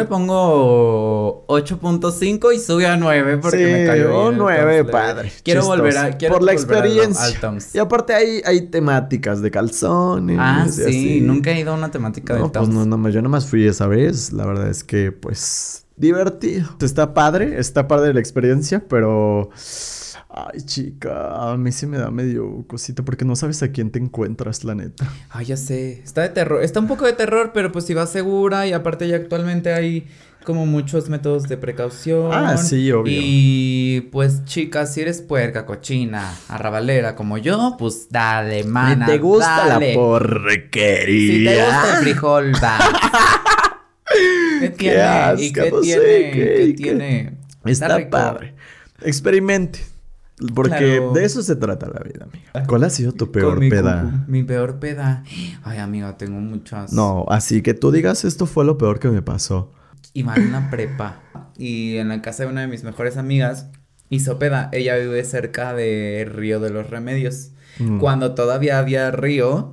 pongo ocho punto cinco y sube a nueve porque Sí, me cayó bien un el nueve, Tom's Letter. padre. Quiero chistoso. volver a quiero Por la volver a- experiencia. al Tom's. Y aparte hay, hay temáticas de calzones. Ah, y sí, así. nunca he ido a una temática No, de pues Tom's. no, no, yo nomás fui esa vez. La verdad es que, pues, divertido. Está padre, está padre la experiencia, pero... Ay, chica, a mí sí me da medio cosita porque no sabes a quién te encuentras, la neta. Ay, ya sé, está de terror, está un poco de terror, pero pues si vas segura y aparte ya actualmente hay como muchos métodos de precaución. Ah, sí, obvio. Y pues chicas, si eres puerca, cochina, arrabalera como yo, pues dale, mana, Si te gusta dale. la porquería. Si te gusta el frijol, va. ¿Qué tiene? asco, ¿Y qué no sé, tiene? qué- ¿Qué qué- tiene? Está rico. padre. Experimente. Porque Claro. de eso se trata la vida, amiga. ¿Cuál ha sido tu peor Con mi peda? cucu. Mi peor peda. Ay, amiga, tengo muchas. No, así que tú digas esto fue lo peor que me pasó. Iba en una prepa y en la casa de una de mis mejores amigas hizo peda. Ella vive cerca de Río de los Remedios. Mm. Cuando todavía había río,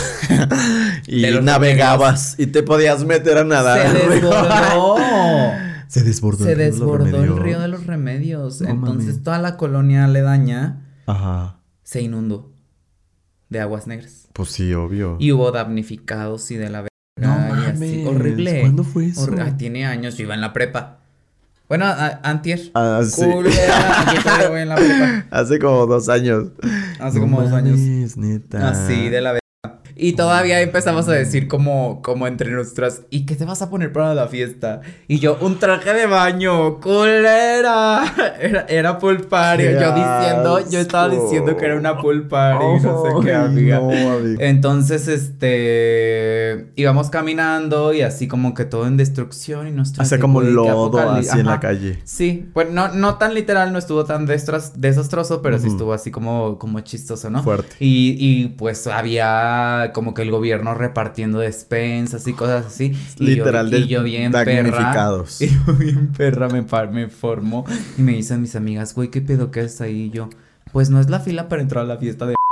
Y De los navegabas y te podías meter a nadar. se desbordó. Se desbordó. Se el río de los desbordó el Remedios. Río de los Remedios. No Entonces mames. toda la colonia aledaña Ajá. se inundó de aguas negras. Pues sí, obvio. Y hubo damnificados y de la verga. No y así. mames, Horrible. ¿cuándo fue eso? Horri- Ay, tiene años, yo iba en la prepa. Bueno, a- antier. Ah, sí. Culera, yo todavía voy en la prepa. Hace como dos años. Hace No como dos años. mames, neta. Así, de la verga. Y todavía empezamos a decir como, como entre nosotras, ¿y qué te vas a poner para la fiesta? Y yo, un traje de baño, culera. Era, era pool party. Qué Yo diciendo, yo estaba asco. diciendo que era una pool party, no sé qué, Ay, amiga. no, amiga. Entonces, este, íbamos caminando y así como que todo en destrucción y nosotros. Hace de, como güey, qué lodo apocalipsis. así en la Ajá. calle. Sí, pues no, no tan literal, no estuvo tan destras- desastroso, pero sí Ujú. estuvo así como, como chistoso, ¿no? Fuerte. Y, y pues había había como que el gobierno repartiendo despensas y cosas así. Y Literal, yo, y yo bien perra. Y yo bien perra me, me formo y me dicen mis amigas, güey, ¿qué pedo que es ahí? Y yo, pues no es la fila para entrar a la fiesta de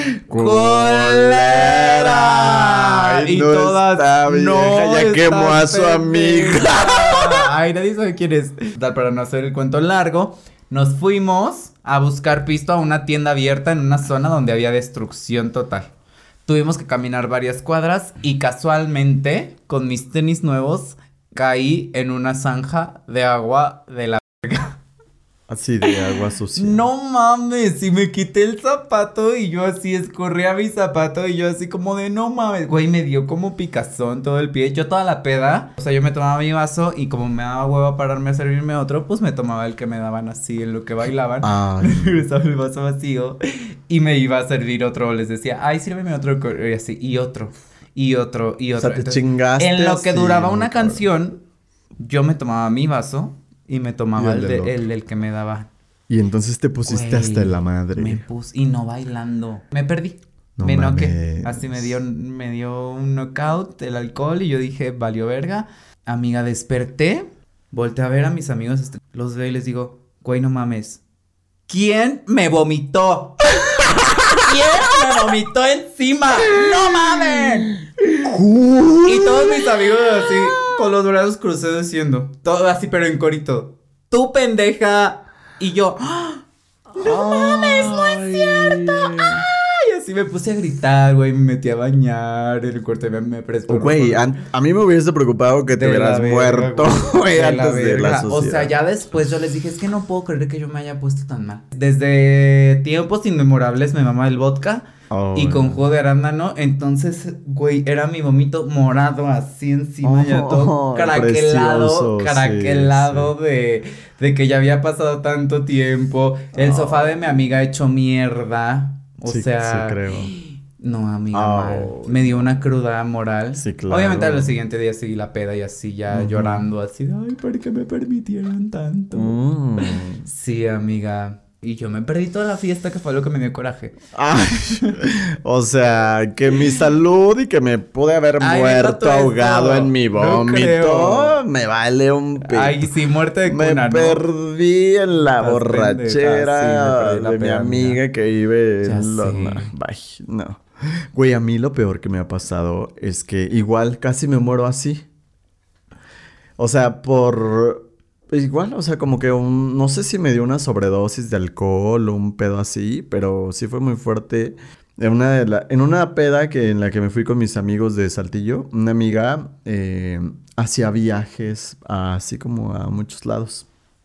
¡Colera! Y no todas está vieja, no ya quemó a su amiga. Ay, nadie sabe quién es. Tal, para no hacer el cuento largo, nos fuimos a buscar pisto a una tienda abierta en una zona donde había destrucción total. Tuvimos que caminar varias cuadras y casualmente, con mis tenis nuevos, caí en una zanja de agua de la verga. Así de agua sucia. No mames, y me quité el zapato y yo así escorría mi zapato y yo así como de no mames, güey, me dio como picazón todo el pie, yo toda la peda, o sea, yo me tomaba mi vaso y como me daba hueva pararme a servirme otro, pues me tomaba el que me daban así en lo que bailaban, regresaba el vaso vacío y me iba a servir otro, les decía, ay, sírveme otro, y así, y otro, y otro, y otro. O sea, te Entonces, chingaste en lo que así, duraba una canción, yo me tomaba mi vaso. Y me tomaba y el, el, de, el, el que me daba. Y entonces te pusiste Güey, hasta la madre. Me puse, y no bailando. Me perdí. No me noqué. Así me dio, me dio un knockout el alcohol y yo dije, valió verga. Amiga, desperté, volteé a ver a mis amigos, los veo y les digo, güey, no mames. ¿Quién me vomitó? ¿Quién me vomitó encima? ¡No mames! Y todos mis amigos así, con los brazos cruzados diciendo, todo así pero en corito, ¡tú pendeja! Y yo, ¡no mames, no es cierto! ¡Ay! Así me puse a gritar, güey, me metí a bañar, el corte me, me prestó. Güey, a, a mí me hubiese preocupado que te hubieras verga, muerto, güey, antes de la sociedad. O sea, ya después yo les dije, es que no puedo creer que yo me haya puesto tan mal. Desde tiempos inmemorables me mamaba el vodka. Oh, y con jugo de arándano, entonces, güey, era mi vómito morado así encima, oh, ya todo craquelado, craquelado sí, de, sí. de que ya había pasado tanto tiempo, el oh. sofá de mi amiga hecho mierda, o sí, sea, sí creo. No, amiga, oh. mal. Me dio una cruda moral. Sí, claro. Obviamente al siguiente día seguí la peda y así ya uh-huh. llorando, así de, ay, ¿por qué me permitieron tanto? Mm. Sí, amiga. Y yo me perdí toda la fiesta, que fue lo que me dio coraje. Ay, o sea, que mi salud y que me pude haber Ay, muerto ahogado esto. en mi vómito. No me vale un pito. Ay, sí, muerte de cuna, Me ¿no? perdí en la Estás borrachera sí, de mi amiga mía. que vive ya en Londres. Bye, no. Güey, a mí lo peor que me ha pasado es que igual casi me muero así. O sea, por... Igual, o sea, como que un... No sé si me dio una sobredosis de alcohol o un pedo así, pero sí fue muy fuerte. En una, de la, en una peda que, en la que me fui con mis amigos de Saltillo, una amiga eh, hacía viajes a, así como a muchos lados.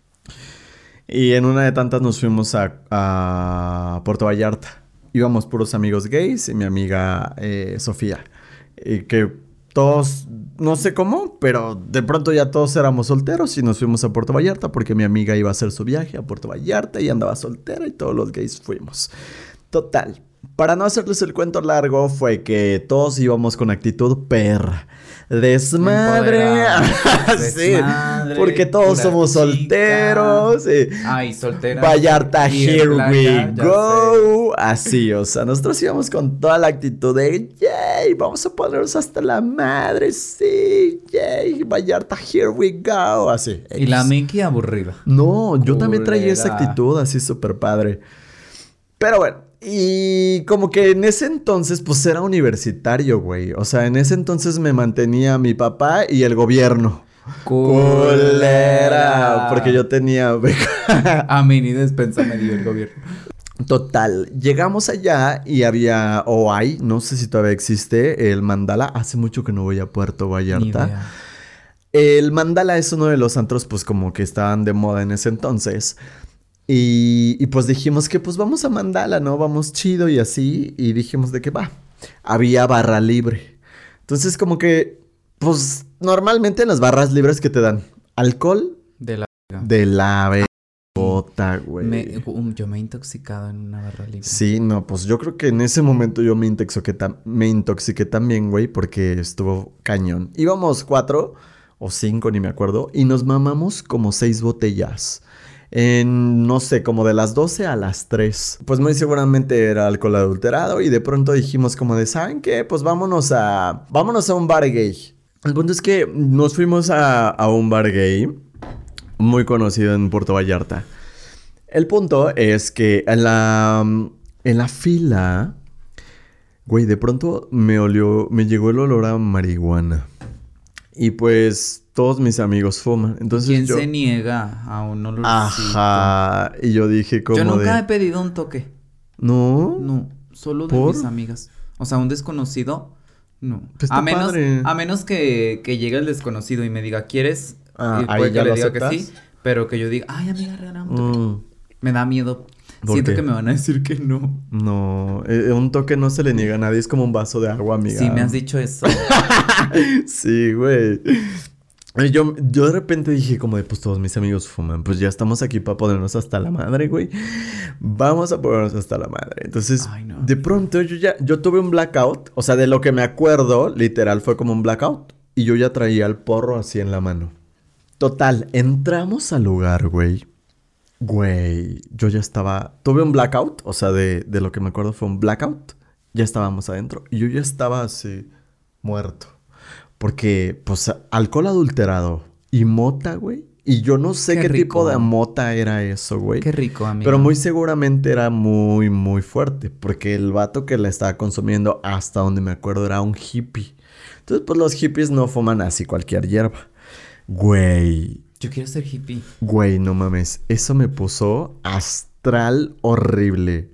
Y en una de tantas nos fuimos a, a Puerto Vallarta. Íbamos puros amigos gays y mi amiga eh, Sofía. Y que... Todos, no sé cómo, pero de pronto ya todos éramos solteros y nos fuimos a Puerto Vallarta porque mi amiga iba a hacer su viaje a Puerto Vallarta y andaba soltera y todos los gays fuimos. Total, para no hacerles el cuento largo, fue que todos íbamos con actitud perra. Desmadre. Sí, desmadre, porque todos somos chica. solteros. Sí. Ay, soltera. Vallarta, here playa, we go. Sé. Así, o sea, nosotros íbamos con toda la actitud de yay, vamos a ponernos hasta la madre, sí, yay, Vallarta, here we go. Así. Y X. La Miki aburrida. No, yo Culera. también traía esa actitud así súper padre. Pero bueno. Y como que en ese entonces, pues era universitario, güey. O sea, en ese entonces me mantenía mi papá y el gobierno. Culera. Porque yo tenía beca. A mí ni despensa me dio el gobierno. Total, llegamos allá y había, o hay, no sé si todavía existe, el Mandala. Hace mucho que no voy a Puerto Vallarta. El Mandala es uno de los antros, pues como que estaban de moda en ese entonces. Y, y pues dijimos que pues vamos a Mandala, ¿no? Vamos chido y así. Y dijimos de que va. Había barra libre. Entonces como que, pues normalmente en las barras libres que te dan alcohol. De la... De la bota, güey. Me, um, yo me he intoxicado en una barra libre. Sí, no, pues yo creo que en ese momento yo me intoxiqué, tam- me intoxiqué también, güey. Porque estuvo cañón. Íbamos cuatro o cinco, ni me acuerdo. Y nos mamamos como seis botellas. En, no sé, como de las doce a las tres. Pues muy seguramente era alcohol adulterado. Y de pronto dijimos como de, ¿saben qué? Pues vámonos a... Vámonos a un bar gay. El punto es que nos fuimos a, a un bar gay muy conocido en Puerto Vallarta. El punto es que en la, en la fila, güey, de pronto me olió, me llegó el olor a marihuana. Y pues todos mis amigos fuman. Entonces ¿Quién yo... se niega a un olorcito? Ajá. Y yo dije como Yo nunca de... he pedido un toque. ¿No? No, solo de ¿Por? mis amigas. O sea, un desconocido, no. Pues a está menos, padre. a menos que, que llegue el desconocido y me diga, ¿quieres? Ah, y ahí puede ya que lo le diga que aceptas. sí, pero que yo diga, ay, amiga, regálame un toque. Mm, Me da miedo. ¿Por Siento qué? que me van a decir que no. no, eh, un toque no se le niega a nadie. Es como un vaso de agua, amiga. Sí, me has dicho eso. Sí, güey. Y Yo, yo de repente dije como de, pues todos mis amigos fuman. Pues ya estamos aquí para ponernos hasta la madre, güey. Vamos a ponernos hasta la madre. Entonces, Ay, no. de pronto yo ya, yo tuve un blackout. O sea, de lo que me acuerdo, literal, fue como un blackout. Y yo ya traía el porro así en la mano. Total, entramos al lugar, güey. Güey, yo ya estaba... Tuve un blackout, o sea, de, de lo que me acuerdo fue un blackout. Ya estábamos adentro. Y yo ya estaba así, muerto. Porque, pues, alcohol adulterado y mota, güey. Y yo no sé Qué qué, rico. tipo de mota era eso, güey. Qué rico, amiga. Pero muy seguramente era muy, muy fuerte. Porque el vato que la estaba consumiendo, hasta donde me acuerdo, era un hippie. Entonces, pues, los hippies no fuman así cualquier hierba. Güey... Yo quiero ser hippie. Güey, no mames. Eso me puso astral horrible.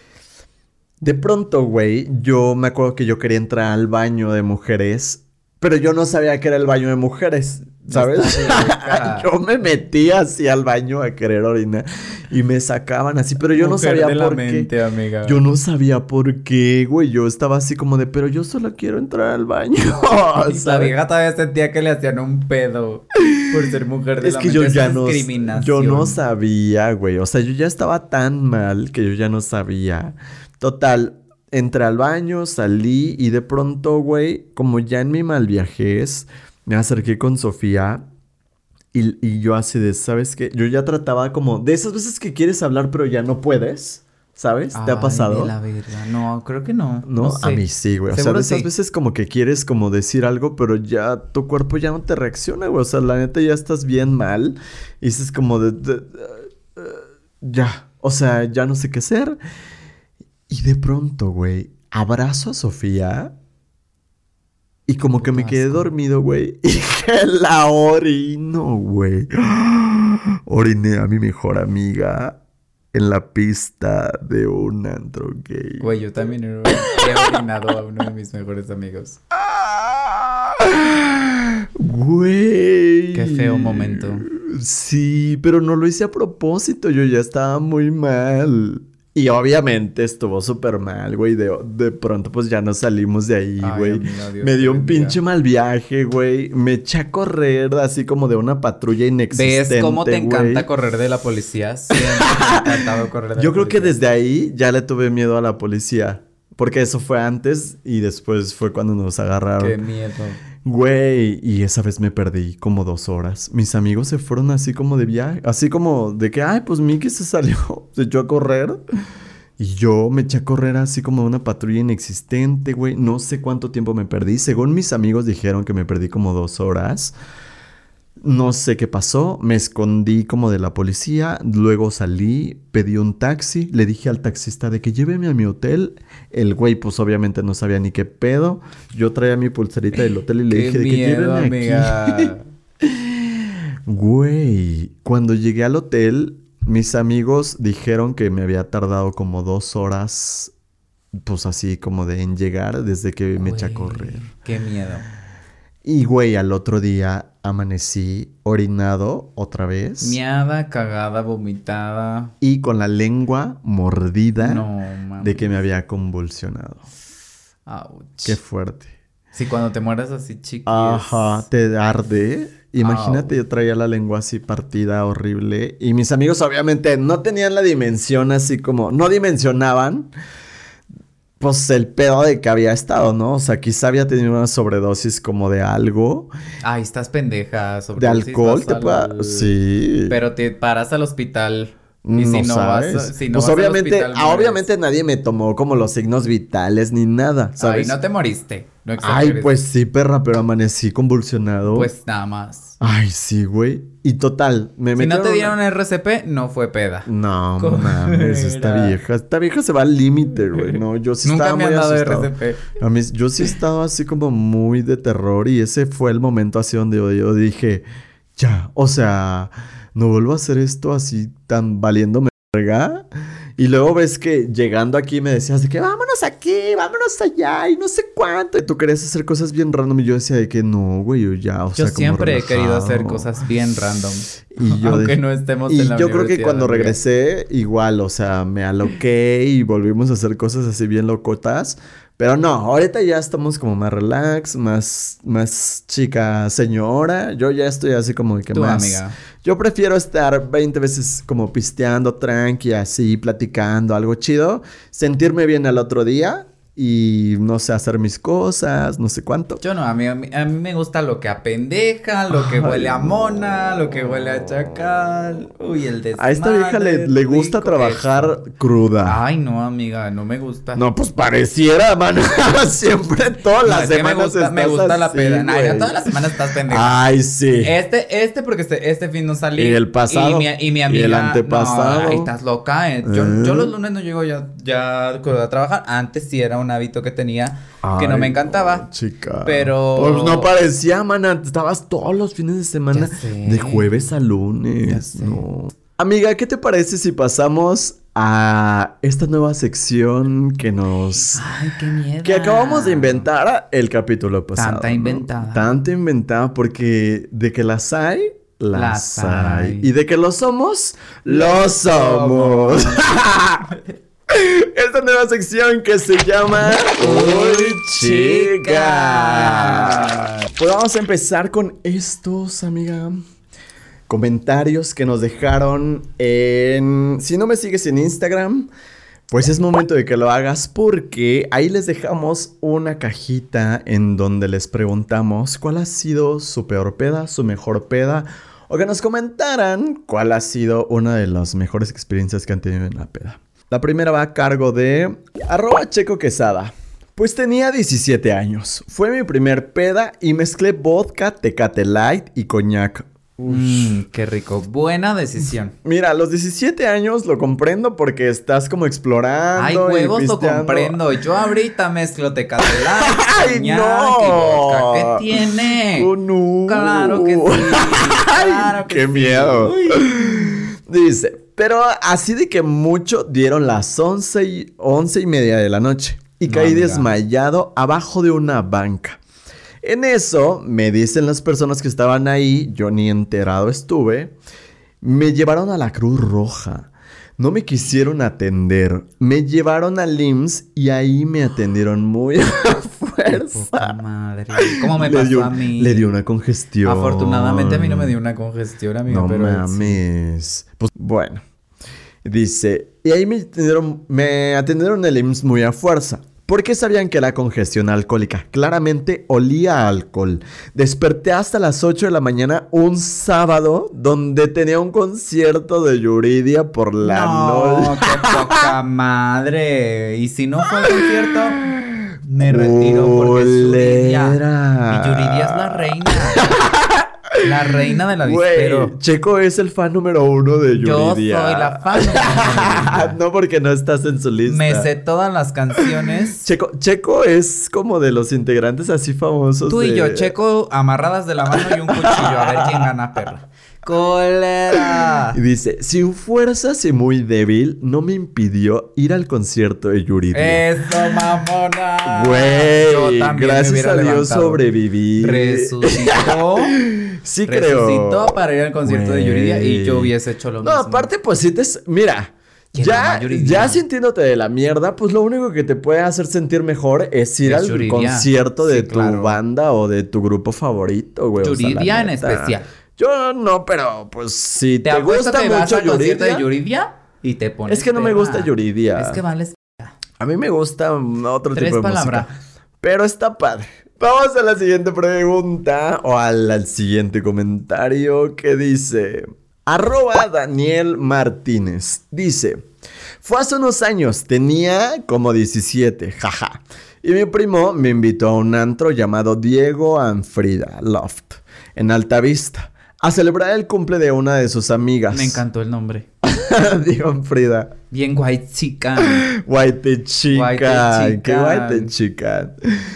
De pronto, güey, yo me acuerdo que yo quería entrar al baño de mujeres, pero yo no sabía que era el baño de mujeres, ¿sabes? Yo me metí así al baño a querer orinar y me sacaban así, pero yo Mujer no sabía de la por mente, qué. amiga. Yo no sabía por qué, güey. Yo estaba así como de, pero yo solo quiero entrar al baño. Y la ¿sabes? vieja todavía sentía que le hacían un pedo por ser mujer de Es la que mente. yo Eso ya es no, discriminación. yo no sabía, güey. O sea, yo ya estaba tan mal que yo ya no sabía. Total, entré al baño, salí y de pronto, güey, como ya en mi mal viajez, me acerqué con Sofía y, y yo así de, ¿sabes qué? Yo ya trataba como de esas veces que quieres hablar pero ya no puedes, ¿sabes? ¿Te ha Ay, pasado? de la verga. No, creo que no. No, No sé. a mí sí, güey. O sea, Seguro de esas sí. veces como que quieres como decir algo, pero ya tu cuerpo ya no te reacciona, güey. O sea, la neta ya estás bien mal. Y dices como de... de- de- uh, ya. O sea, ya no sé qué hacer. Y de pronto, güey, abrazo a Sofía. Y como que me Puto quedé asco. dormido, güey. Y que la orino, güey. Oriné a mi mejor amiga en la pista de un antro gay. Güey, yo también he he orinado a uno de mis mejores amigos. Güey. Qué feo momento. Sí, pero no lo hice a propósito. Yo ya estaba muy mal. Y obviamente estuvo súper mal, güey. De, de pronto, pues ya nos salimos de ahí, Ay, güey. amiga, Dios Me te dio un bendiga. pinche mal viaje, güey. Me eché a correr así como de una patrulla inexistente. ¿Ves cómo te encanta güey. correr de la policía? Siempre me ha encantado correr de Yo la creo que policía. desde ahí ya le tuve miedo a la policía. Porque eso fue antes y después fue cuando nos agarraron. Qué miedo. Güey, y esa vez me perdí como dos horas. Mis amigos se fueron así como de viaje. Así como de que, ay, pues Mickey se salió, se echó a correr. Y yo me eché a correr así como una patrulla inexistente, güey. No sé cuánto tiempo me perdí. Según mis amigos dijeron que me perdí como dos horas. No sé qué pasó. Me escondí como de la policía. Luego salí, pedí un taxi. Le dije al taxista de que lléveme a mi hotel. El güey pues obviamente no sabía ni qué pedo. Yo traía mi pulserita del hotel y le Qué dije de que miedo, lléveme amiga. aquí. Güey, cuando llegué al hotel, mis amigos dijeron que me había tardado como dos horas, pues así como de en llegar desde que me eché a Güey, correr. Qué miedo. Y güey, al otro día amanecí orinado otra vez Miada, cagada, vomitada. y con la lengua mordida No, mames. de que me había convulsionado. Ouch. Qué fuerte. Sí, cuando te mueras así, chiquis. Ajá, te arde. Imagínate, Au. yo traía la lengua así partida, horrible. Y mis amigos obviamente no tenían la dimensión así como... No dimensionaban pues el pedo de que había estado, ¿no? O sea, quizá había tenido una sobredosis como de algo. Ay, estás pendeja. ¿De alcohol te pueda? Sí. Pero te paras al hospital. Y no si no sabes. vas, si no pues vas obviamente, al hospital, ah, obviamente nadie me tomó como los signos vitales ni nada, ¿sabes? Ay, no te moriste. No Ay, exageres. pues sí, perra, pero amanecí convulsionado. Pues nada más. Ay, sí, güey. Y total, me Si metieron no te dieron una... R C P, no fue peda. No, ¿Cómo mames, era? esta vieja. Esta vieja se va al límite, güey. No, yo sí Nunca estaba me muy han dado asustado. R C P. A mí, yo sí estaba así como muy de terror. Y ese fue el momento así donde yo, yo dije, ya, o sea, no vuelvo a hacer esto así tan valiéndome verga. Y luego ves que llegando aquí me decías de que vámonos aquí, vámonos allá y no sé cuánto. Y tú querías hacer cosas bien random y yo decía de que no, güey, yo ya, o Yo sea, como siempre he relajado. querido hacer cosas bien random. Y yo Aunque de- no estemos Y en la yo creo que universidad, cuando amiga. regresé, igual, o sea, me aloqué y volvimos a hacer cosas así bien locotas. Pero no, ahorita ya estamos como más relax, más, más chica señora. Yo ya estoy así como de que Tú, más... amiga. Yo prefiero estar veinte veces como pisteando, tranqui, así, platicando, algo chido. Sentirme bien al otro día y, no sé, hacer mis cosas, no sé cuánto. Yo no, a mí, a mí, a mí me gusta lo que apendeja, lo que Ay, huele a no. mona, lo que huele a chacal. Uy, el desmadre. A esta vieja le, le gusta rico, trabajar eso. cruda. Ay, no, amiga, no me gusta. No, pues pareciera, mano. Siempre todas No, las es que me semanas gusta, me estás gusta la así, peda. Nah, güey. ya todas las semanas estás pendeja. Ay, sí. Este, este porque este, este fin no salí. Y el pasado. Y mi, y mi Y amiga. el antepasado. No, ay, estás loca. eh. Yo, ¿Eh? yo los lunes no llego ya, ya a trabajar. Antes sí era un hábito que tenía que no Ay, me encantaba. Chica. Pero- Pues no parecía, mana. Estabas todos los fines de semana. Ya sé. De jueves a lunes. Ya sé. No. Amiga, ¿qué te parece si pasamos a esta nueva sección que nos... Ay, qué miedo. Que acabamos de inventar el capítulo pasado. Tanta ¿no? inventada. Tanta inventada porque de que las hay, las, Las hay. hay. Y de que lo somos, lo somos. Esta nueva sección que se llama Uy, chica. Pues vamos a empezar con estos, amiga. Comentarios que nos dejaron en... Si no me sigues en Instagram, pues es momento de que lo hagas porque ahí les dejamos una cajita en donde les preguntamos cuál ha sido su peor peda, su mejor peda, o que nos comentaran cuál ha sido una de las mejores experiencias que han tenido en la peda. La primera va a cargo de arroba Checo Quesada. Pues tenía diecisiete años. Fue mi primer peda y mezclé vodka, Tecate Light y coñac. Mmm, qué rico. Buena decisión. Mira, a los diecisiete años lo comprendo porque estás como explorando. Ay, y huevos, lo pisteando. comprendo. Yo ahorita mezclo Tecate Light, ¡Ay, coñac no! y vodka. ¿Qué tiene? Oh, no. Claro que sí. Claro que ¡Qué sí. miedo! Uy. Dice, pero así de que mucho dieron las once y, once y media de la noche. Y No, caí amiga. desmayado abajo de una banca. En eso, me dicen las personas que estaban ahí, yo ni enterado estuve, me llevaron a la Cruz Roja. No me quisieron atender. Me llevaron al I M S S y ahí me atendieron muy a Poca fuerza. madre. ¿Cómo me Le pasó dio- a mí? Le dio una congestión. Afortunadamente a mí no me dio una congestión, amigo. No pero sí. mames. Pues bueno. Dice, y ahí me atendieron, me atendieron el I M S S muy a fuerza. Porque sabían que era congestión alcohólica. Claramente olía a alcohol. Desperté hasta las ocho de la mañana un sábado donde tenía un concierto de Yuridia por la No, noche. qué poca madre. Y si no fue el concierto, me retiro porque es Yuridia. Olera. Y Yuridia es la reina. La reina del avispero. Güey, Checo es el fan número uno de Yuridia. Yo soy la fan número uno de Yuridia. No porque no estás en su lista. Me sé todas las canciones. Checo, Checo es como de los integrantes así famosos. Tú y de- yo, Checo, amarradas de la mano y un cuchillo. A ver quién gana, perra. ¡Cólera! Y dice, sin fuerzas y muy débil, no me impidió ir al concierto de Yuridia. ¡Eso, mamona! Güey, Yo también me gracias hubiera a Dios levantado. sobreviví. Resucitó. Sí creo. Resucitó para ir al concierto de Yuridia y yo Güey. hubiese hecho lo No, mismo. aparte, pues sí te... Mira, ¿Quién ama ya, a Yuridia? ya sintiéndote de la mierda, pues lo único que te puede hacer sentir mejor es ir Es al Yuridia. concierto de Sí, tu claro. banda o de tu grupo favorito, güey. o sea, la Yuridia en neta. especial. Yo no, pero pues si Te, te, apuesto gusta que vas mucho al concierto de Yuridia... Yuridia y te pones Es que no me perra. gusta Yuridia. Es que vales. A mí me gusta otro Tres tipo de palabras. música. Pero está padre. Vamos a la siguiente pregunta o al, al siguiente comentario que dice... Arroba Daniel Martínez. Dice... Fue hace unos años, tenía como diecisiete, jaja. Y mi primo me invitó a un antro llamado Diego and Frida Loft, en Altavista, a celebrar el cumple de una de sus amigas. Me encantó el nombre. Diego and Frida. Bien white chica. White chica. Qué white chica.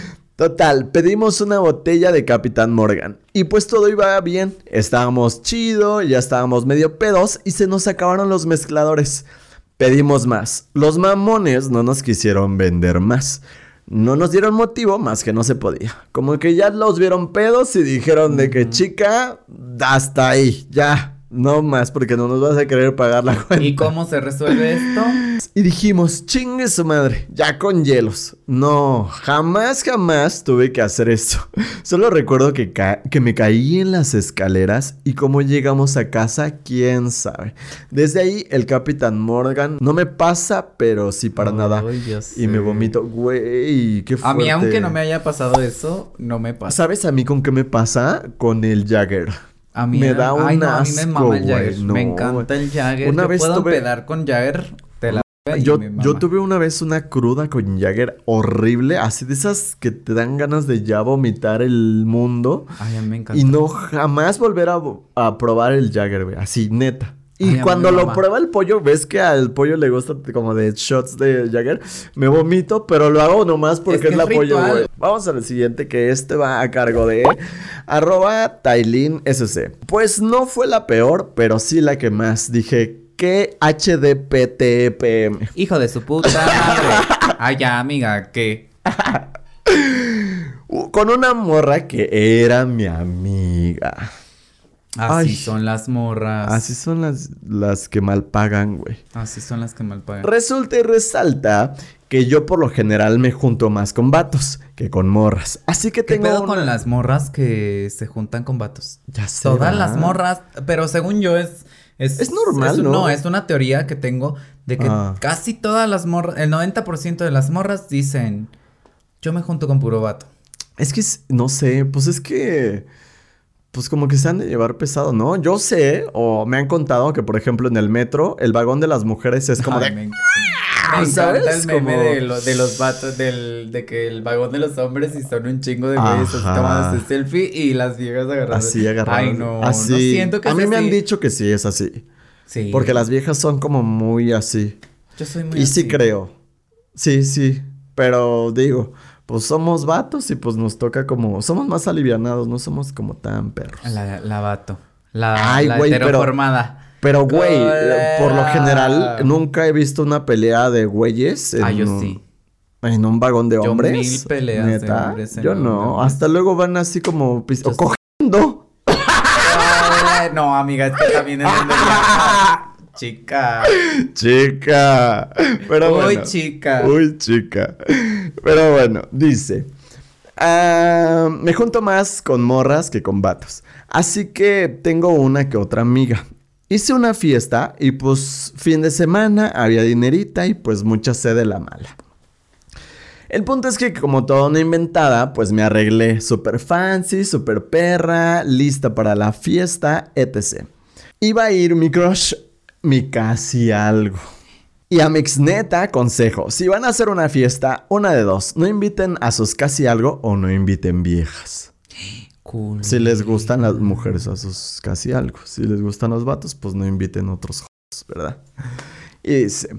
Total, pedimos una botella de Capitán Morgan. Y pues todo iba bien. Estábamos chido, ya estábamos medio pedos y se nos acabaron los mezcladores. Pedimos más. Los mamones no nos quisieron vender más. No nos dieron motivo, más que no se podía. Como que ya los vieron pedos y dijeron de que, chica, hasta ahí, ya. No más, porque no nos vas a querer pagar la cuenta. ¿Y cómo se resuelve esto? Y dijimos, chingue su madre, ya con hielos. No, jamás, jamás tuve que hacer eso. Solo recuerdo que, ca- que me caí en las escaleras y cómo llegamos a casa, quién sabe. Desde ahí, el Capitán Morgan no me pasa, pero sí para Ay, nada. ya sé. Y me vomito, güey, qué fuerte. A mí, aunque no me haya pasado eso, no me pasa. ¿Sabes a mí con qué me pasa? Con el Jagger. A mí Me da un ay, no, a mí me asco, mama el Jagger. güey, no, me encanta güey. el Jagger. Una Yo vez puedo tuve- empedar con Jagger de la y Yo, me mama. yo tuve una vez una cruda con Jagger horrible, así de esas que te dan ganas de ya vomitar el mundo. Ay, a mí me encanta. Y no jamás volver a, a probar el Jagger, güey, así, neta. Y Ay, a mí cuando me lo mama. prueba el pollo, ves que al pollo le gusta como de shots de Jagger. Me vomito, pero lo hago nomás porque Es que es, la es pollo, ritual. güey. Vamos al siguiente, que este va a cargo de arroba Tailin S C. Pues no fue la peor, pero sí la que más. Dije, ¿qué H D P T P M? Hijo de su puta madre. Ay, ya, amiga, ¿qué? Uh, Con una morra que era mi amiga. Así Ay. son las morras. Así son las, las que mal pagan, güey. Así son las que mal pagan. Resulta y resalta que yo por lo general me junto más con vatos que con morras. Así que ¿Qué tengo pedo una- con las morras que se juntan con vatos? Ya sé, Todas ¿verdad? las morras, pero según yo es... Es, Es normal, es- ¿no? No, es una teoría que tengo de que Ah. casi todas las morras, el noventa por ciento de las morras dicen, yo me junto con puro vato. Es que, es- no sé, pues es que... Pues como que se han de llevar pesado, ¿no? Yo sé, o me han contado que, por ejemplo, en el metro, el vagón de las mujeres es como Ay, de... me, me ¿sabes? encanta el meme Como- de, lo- de los vatos, del, de que el vagón de los hombres y son un chingo de güeyes así Ajá. tomándose selfie y las viejas agarrando. Así agarradas. Ay, no, así. no siento que A mí sea me han así. dicho que sí es así. Sí. Porque las viejas son como muy así. Yo soy muy Y sí así. creo. Sí, sí. Pero digo, pues somos vatos y pues nos toca como... Somos más alivianados, no somos como tan perros. La, la vato. La, Ay, la güey, pero- heteroformada. Pero, güey, Hola. por lo general, nunca he visto una pelea de güeyes en, Ah, yo un- sí. en un vagón de Yo hombres. mil peleas de ¿Neta? hombres en Yo vagón de no. hombres. Hasta luego van así como... pis- Yo o sí. cogiendo. Ay, no, amiga, es que también es donde ya- Chica. Chica. Pero Uy, bueno. chica. Uy, chica. Pero bueno, dice. "Ah, me junto más con morras que con vatos. Así que tengo una que otra amiga. Hice una fiesta y pues fin de semana había dinerita y pues mucha sed de la mala. El punto es que como toda una inventada, pues me arreglé súper fancy, súper perra, lista para la fiesta, etcétera. Iba a ir mi crush, mi casi algo. Y a mi exneta, consejo, si van a hacer una fiesta, una de dos, no inviten a sus casi algo o no inviten viejas. Cool. Si les gustan las mujeres a sus casi algo, si les gustan los vatos, pues no inviten otros jodos, ¿verdad? Y dice,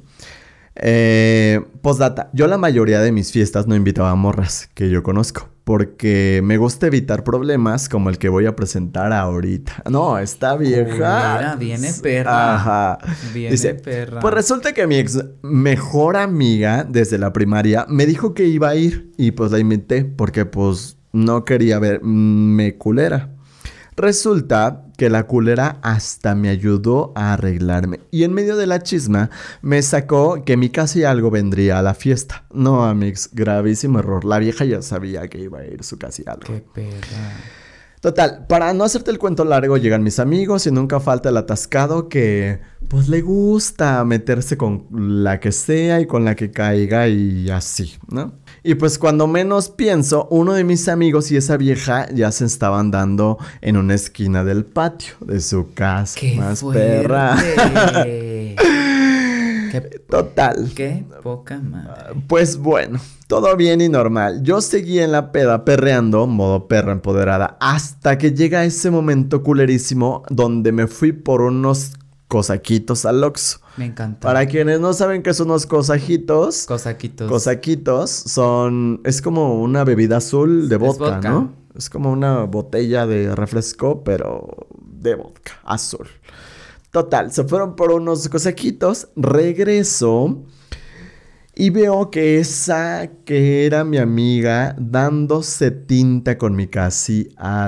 eh, postdata, yo la mayoría de mis fiestas no invitaba a morras que yo conozco, porque me gusta evitar problemas como el que voy a presentar ahorita. No, está vieja. Culera, viene perra. Ajá. Viene Dice, perra. pues resulta que mi ex mejor amiga desde la primaria me dijo que iba a ir y pues la invité porque pues no quería verme culera. Resulta que la culera hasta me ayudó a arreglarme y en medio de la chisma me sacó que mi casi algo vendría a la fiesta. No, amigos, gravísimo error. La vieja ya sabía que iba a ir su casi algo. Qué perra. Total, para no hacerte el cuento largo, llegan mis amigos y nunca falta el atascado que pues le gusta meterse con la que sea y con la que caiga y así, ¿no? Y pues cuando menos pienso, uno de mis amigos y esa vieja ya se estaban dando en una esquina del patio de su casa. ¡Qué más fuerte! perra! Qué, Total. Qué poca madre. Pues bueno, todo bien y normal. Yo seguí en la peda perreando, modo perra empoderada, hasta que llega ese momento culerísimo donde me fui por unos cosaquitos al Oxxo. Me encanta. Para quienes no saben qué son unos cosajitos, Cosaquitos. cosaquitos son, es como una bebida azul de Es vodka, vodka. ¿no? Es como una botella de refresco, pero de vodka, azul. Total, se fueron por unos cosaquitos, regreso y veo que esa que era mi amiga dándose tinta con mi casi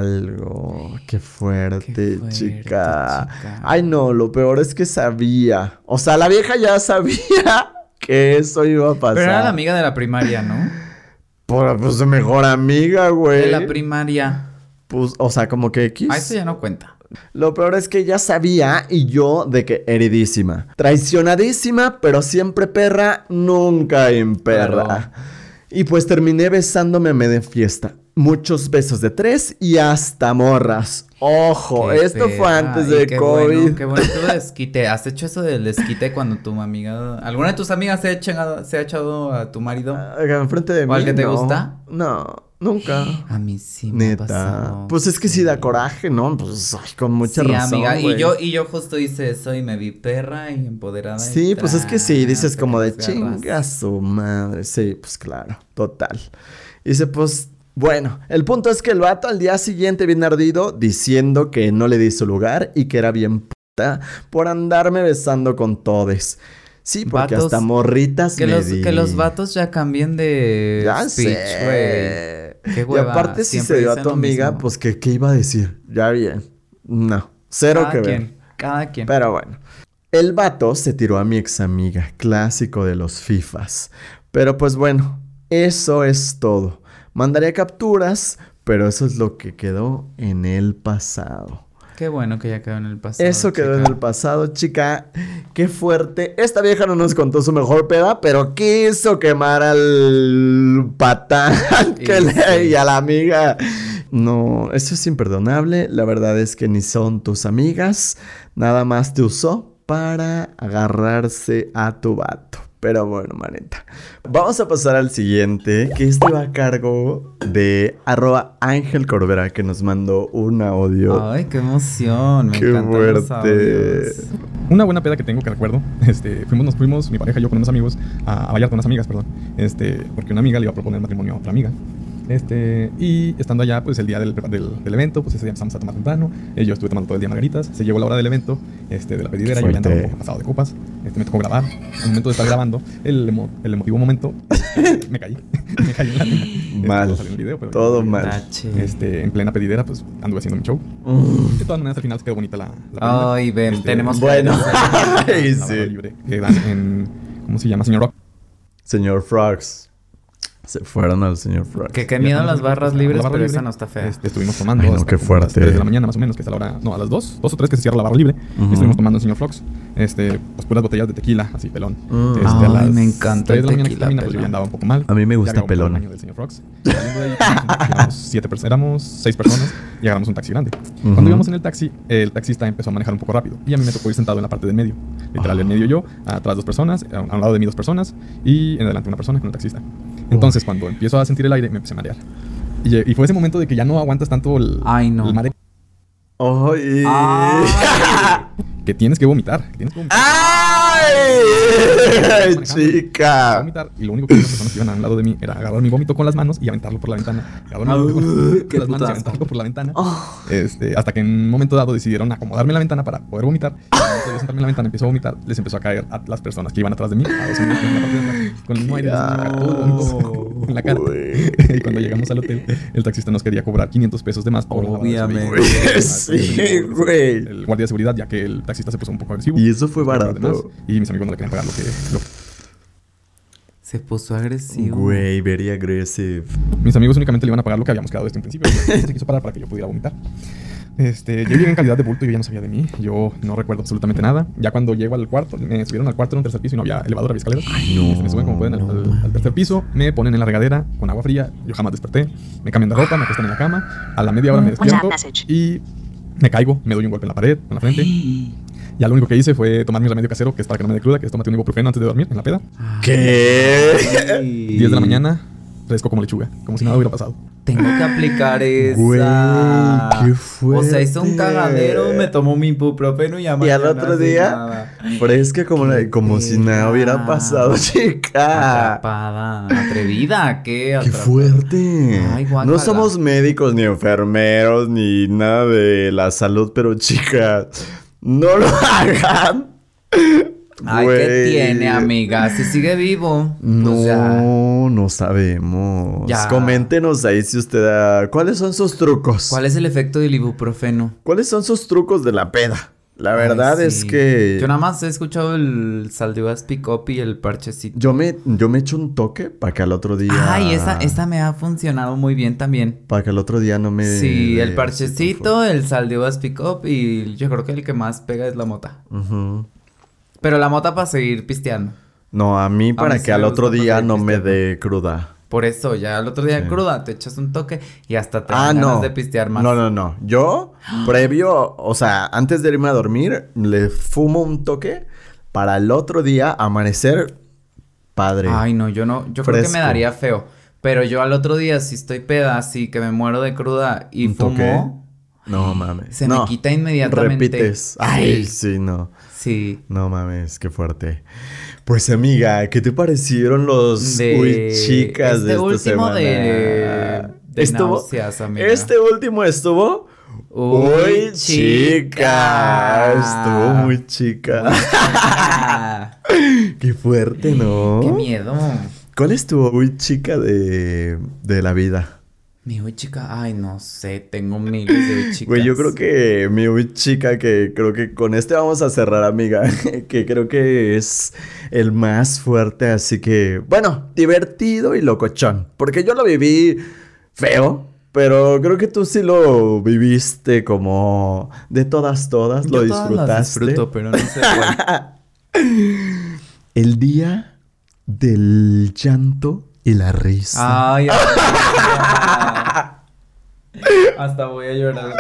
algo. Qué fuerte, Qué fuerte, chica. chica. Ay, no, lo peor es que sabía. O sea, la vieja ya sabía que eso iba a pasar. Pero era la amiga de la primaria, ¿no? Por, pues su mejor amiga, güey. De la primaria. Pues, o sea, como que X. Ah, eso ya no cuenta. Lo peor es que ella sabía y yo de que heridísima. Traicionadísima, pero siempre perra, nunca en perra. Claro. Y pues terminé besándome a media fiesta. Muchos besos de tres y hasta morras. Ojo, Qué esto fue perra. antes Y de qué COVID. Bueno, qué bueno tu desquite. ¿Has hecho eso del desquite cuando tu amiga... ¿Alguna de tus amigas se ha echado, se ha echado a tu marido? Haga enfrente de ¿O mí. al que te no. gusta? No, nunca. A mí sí me ha Neta. pasado. Pues es que sí da coraje, ¿no? Pues ay, con mucha Sí, razón. amiga. Y güey. yo, y yo justo hice eso y me vi perra y empoderada. y Sí, pues es que sí, dices tras, como de saqué las garras. chinga su madre. Sí, pues claro, total. Y dice, pues, bueno, el punto es que el vato al día siguiente viene ardido diciendo que no le di su lugar y que era bien puta por andarme besando con todes. Sí, porque Vatos, hasta morritas Que me los, di. que los vatos ya cambien de Ya speech, sé. güey. Qué Y hueva. aparte si siempre se dio a dicen tu lo amiga, mismo. pues que qué iba a decir. Ya bien. No, cero Cada que ver. quien, cada quien. Pero bueno. El vato se tiró a mi ex amiga, clásico de los FIFAs. Pero pues bueno, eso es todo. Mandaría capturas, pero eso es lo que quedó en el pasado. Qué bueno que ya quedó en el pasado. Eso quedó chica. en el pasado, chica. Qué fuerte. Esta vieja no nos contó su mejor peda, pero quiso quemar al patán que Y le sí. y a la amiga. No, eso es imperdonable. La verdad es que ni son tus amigas. Nada más te usó para agarrarse a tu vato. Pero bueno, maneta. Vamos a pasar al siguiente, que este va a cargo de arroba Ángel Corbera, que nos mandó un audio. Ay, qué emoción. Me Qué encantan los fuerte. audios. Una buena peda que tengo que recuerdo, este, fuimos, nos fuimos, mi pareja y yo con unos amigos, a, a bailar con unas amigas, perdón, este, porque una amiga le iba a proponer matrimonio a otra amiga. Este, y estando allá, pues el día del, del, del evento, pues ese día empezamos a tomar temprano. Eh, yo estuve tomando todo el día margaritas. Se llegó la hora del evento, este, de la pedidera. Yo ya andaba un poco pasado de copas. Este, me tocó grabar. En el momento de estar grabando, el, emo, el emotivo momento, este, me caí. me caí en la arena. Este, Mal. no salió en el video, pero Todo ya, mal. Tache. Este, en plena pedidera, pues anduve haciendo mi show. Mm. De todas maneras, al final se quedó bonita la, la pedidera. Ay, ven, Este, tenemos que Bueno, agradecer. ay, la barra sí. libre que dan en, ¿cómo se llama? Señor Rock. Señor Frogs. Se fueron al señor Frogs. Que qué miedo las barras libres, La barra pero libre, esa no está fea. este, estuvimos tomando Ay, no, hasta qué como a las fuerte. tres de la mañana más o menos, que es a la hora, no, a las dos, dos o tres que se cierra la barra libre. Ujú. Estuvimos tomando el señor Flox, este, pues puras botellas de tequila, así pelón. Mm. Este, a Ay, las me encanta tres el de la mañana que tequila termina, pues yo pelón. ya andaba un poco mal. A mí me Ya gusta acabamos el pelón. baño del señor Flox. Saliendo de ahí, éramos siete personas, éramos seis personas y agarramos un taxi grande. Ujú. Cuando íbamos en el taxi, el taxista empezó a manejar un poco rápido y a mí me tocó ir sentado en la parte del medio. Literal, en medio yo, atrás dos personas, a un a un lado de mí dos personas y en adelante una persona con el taxista. Entonces, cuando empiezo a sentir el aire, me empecé a marear. Y, y fue ese momento de que ya no aguantas tanto el, Ay, no. el mareo, Ay. Ay. que tienes que vomitar. que Tienes que vomitar. ¡Ay! Manejando, Chica. vomitar, y lo único que las personas que iban a un lado de mí era agarrar mi vómito con las manos y aventarlo por la ventana. Agarrar mi vómito con, qué con las manos y putazo. aventarlo por la ventana. Oh. Este, hasta que en un momento dado decidieron acomodarme en la ventana para poder vomitar. Y al momento de yo sentarme en la ventana, empezó a vomitar, les empezó a caer a las personas que iban atrás de mí, a dos amigos que iban en la parte de atrás, con el mismo aire, les empezó a caer todo el vómito en la cara. Güey. Y cuando llegamos al hotel, el taxista nos quería cobrar quinientos pesos de más por la lavada de su Obviamente. vehículo. Sí, güey. El guardia de seguridad, ya que el taxista se puso un poco agresivo. Y eso fue Nos cobró barato. de más, y mis amigos no le querían pagar lo que... Lo... Se puso agresivo. Güey, very aggressive. Mis amigos únicamente le iban a pagar lo que habíamos quedado desde un principio. Se quiso parar para que yo pudiera vomitar. Este, yo llegué en calidad de bulto y ella no sabía de mí. Yo no recuerdo absolutamente nada. Ya cuando llego al cuarto, me subieron al cuarto en un tercer piso y no había elevador, había escaleras. Ay, no. Este, me suben como pueden al, al, al tercer piso, me ponen en la regadera con agua fría. Yo jamás desperté. Me cambian de ropa, me acuestan en la cama. A la media hora me despierto y me caigo, me doy un golpe en la pared, en la frente. Ya lo único que hice fue tomar mi remedio casero, que es para que no me dé cruda, que es tómate un ibuprofeno antes de dormir en la peda. ¿Qué? diez de la mañana, fresco como lechuga, como si nada hubiera pasado. Tengo que aplicar esa. Güey, qué fuerte. O sea, hizo un cagadero, me tomó mi ibuprofeno y ya Y al mañana otro sin día, nada. fresca como, la- como si nada hubiera pasado, chica. Atrapada, atrevida, ¿qué? ¡Qué Atrapada. fuerte! Ay, guácala. No somos médicos, ni enfermeros, ni nada de la salud, pero chicas, no lo hagan. Ay, Güey. ¿qué tiene, amiga? Si sigue vivo. No, Pues ya. no sabemos. Ya. Coméntenos ahí si usted ha... ¿Cuáles son sus trucos? ¿Cuál es el efecto del ibuprofeno? ¿Cuáles son sus trucos de la peda? La verdad Ay, es sí. que... Yo nada más he escuchado el Saldivas Pick Up y el parchecito. Yo me, yo me echo un toque para que al otro día... Ay, esa, esa me ha funcionado muy bien también. Para que al otro día no me... Sí, dé el así parchecito, el Saldivas Pick Up y yo creo que el que más pega es la mota. Ujú. Pero la mota para seguir pisteando. No, a mí para mí que sí al me otro gusta día para no me pistear. dé cruda. Por eso, ya el otro día Sí. cruda, te echas un toque y hasta te Ah, dan ganas no. de pistear más. No, no, no. Yo, previo, o sea, antes de irme a dormir, le fumo un toque para el otro día amanecer padre. Ay, no, yo no, yo creo que Fresco. me daría feo. Pero yo al otro día, si estoy peda, así que me muero de cruda y ¿Un toque? fumo, No mames. se no. me quita inmediatamente. Repites. Ay, Sí. sí, no. Sí. No mames, qué fuerte. Pues amiga, ¿qué te parecieron los De uy chicas este de esta último semana? de- de estuvo, náuseas, amiga. Este último estuvo Uy, uy chica. Estuvo muy chica. Ah, Qué fuerte, ¿no? qué miedo. ¿Cuál estuvo uy chica de, de la vida? Mi uy chica, ay, no sé, tengo miles de uy chicas. Güey, yo creo que mi uy chica, que creo que con este vamos a cerrar, amiga, que creo que es el más fuerte, así que, bueno, divertido y locochón, porque yo lo viví feo, pero creo que tú sí lo viviste como de todas, todas, lo Yo todas las disfrutaste. disfruto, pero no sé cuál. El día del llanto y la risa. Ay, hasta, hasta voy a llorar.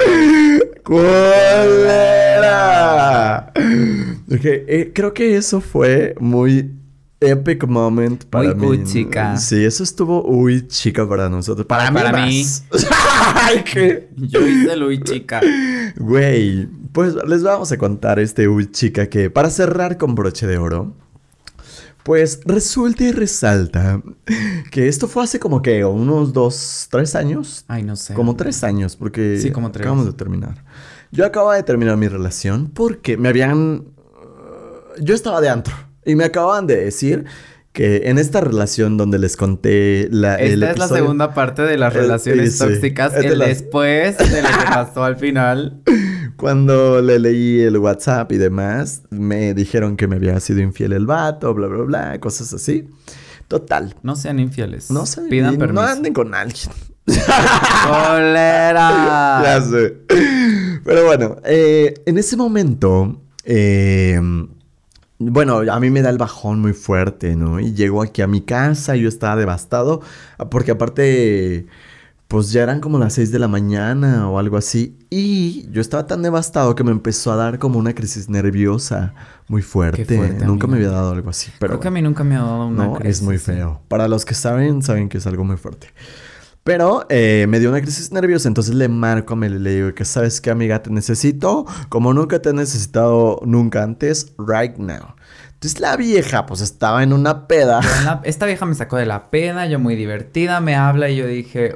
¿Cuál era? Ok, eh, creo que eso fue muy epic moment para Muy mí. uy chica. Sí, eso estuvo uy chica para nosotros. Para, mí, Para mí. más. Ay, qué. Yo hice el uy chica. Güey, pues les vamos a contar este uy chica que para cerrar con broche de oro. Pues resulta y resalta que esto fue hace como que unos dos, tres años. Ay, no sé. Como tres años, porque Sí, como tres. acabamos de terminar. Yo acababa de terminar mi relación porque me habían... Yo estaba de antro y me acababan de decir que en esta relación donde les conté la, el Esta es la episodio- segunda parte de las El- relaciones sí, tóxicas. es de El las- después de lo que pasó al final. Cuando le leí el WhatsApp y demás, me dijeron que me había sido infiel el vato, bla, bla, bla, cosas así. Total. No sean infieles. No se Pidan permiso. no anden con alguien. ¡Cólera! Ya sé. Pero bueno, eh, en ese momento, eh, bueno, a mí me da el bajón muy fuerte, ¿no? Y llego aquí a mi casa, yo estaba devastado, porque aparte, pues ya eran como las seis de la mañana o algo así. Y yo estaba tan devastado que me empezó a dar como una crisis nerviosa muy fuerte. Qué fuerte, Nunca me amigo. había dado algo así, pero Creo que a mí nunca me ha dado una no, crisis, es muy sí. feo. Para los que saben, saben que es algo muy fuerte. Pero eh, me dio una crisis nerviosa, entonces le marco a Meli y le digo que, ¿sabes qué, amiga? Te necesito como nunca te he necesitado nunca antes, right now. Entonces la vieja, pues, estaba en una peda. Yo en la- Esta vieja me sacó de la pena, yo muy divertida, me habla y yo dije...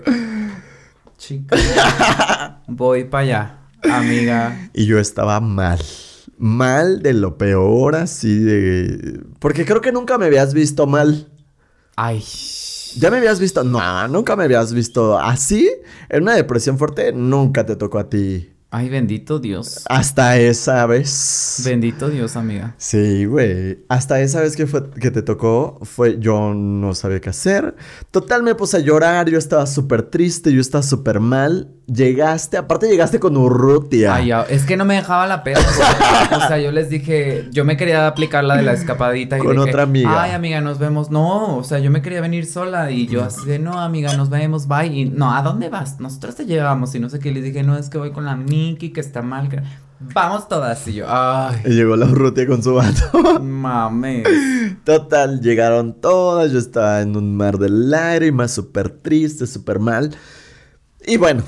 Chica, voy para allá, amiga. Y yo estaba mal. Mal de lo peor, así de... Porque creo que nunca me habías visto mal. Ay... ¿Ya me habías visto? No, nunca me habías visto así. En una depresión fuerte, nunca te tocó a ti. Ay, bendito Dios. Hasta esa vez. Bendito Dios, amiga. Sí, güey. Hasta esa vez que fue que te tocó, fue yo no sabía qué hacer. Total, me puse a llorar. Yo estaba súper triste, yo estaba súper mal. Llegaste, aparte llegaste con Urrutia. Ay, ya, es que no me dejaba la peda. O sea, yo les dije, yo me quería aplicar la de la escapadita. Y con dije, otra amiga. Ay, amiga, nos vemos. No, o sea, yo me quería venir sola. Y yo así de, no, amiga, nos vemos, bye. Y no, ¿a dónde vas? Nosotros te llevamos. Y no sé qué. Les dije, no, es que voy con la Miki, que está mal. Que... Vamos todas. Y yo, ay. Y llegó la Urrutia con su vato. Mames. Total, llegaron todas. Yo estaba en un mar de lágrimas, súper triste, súper mal. Y bueno.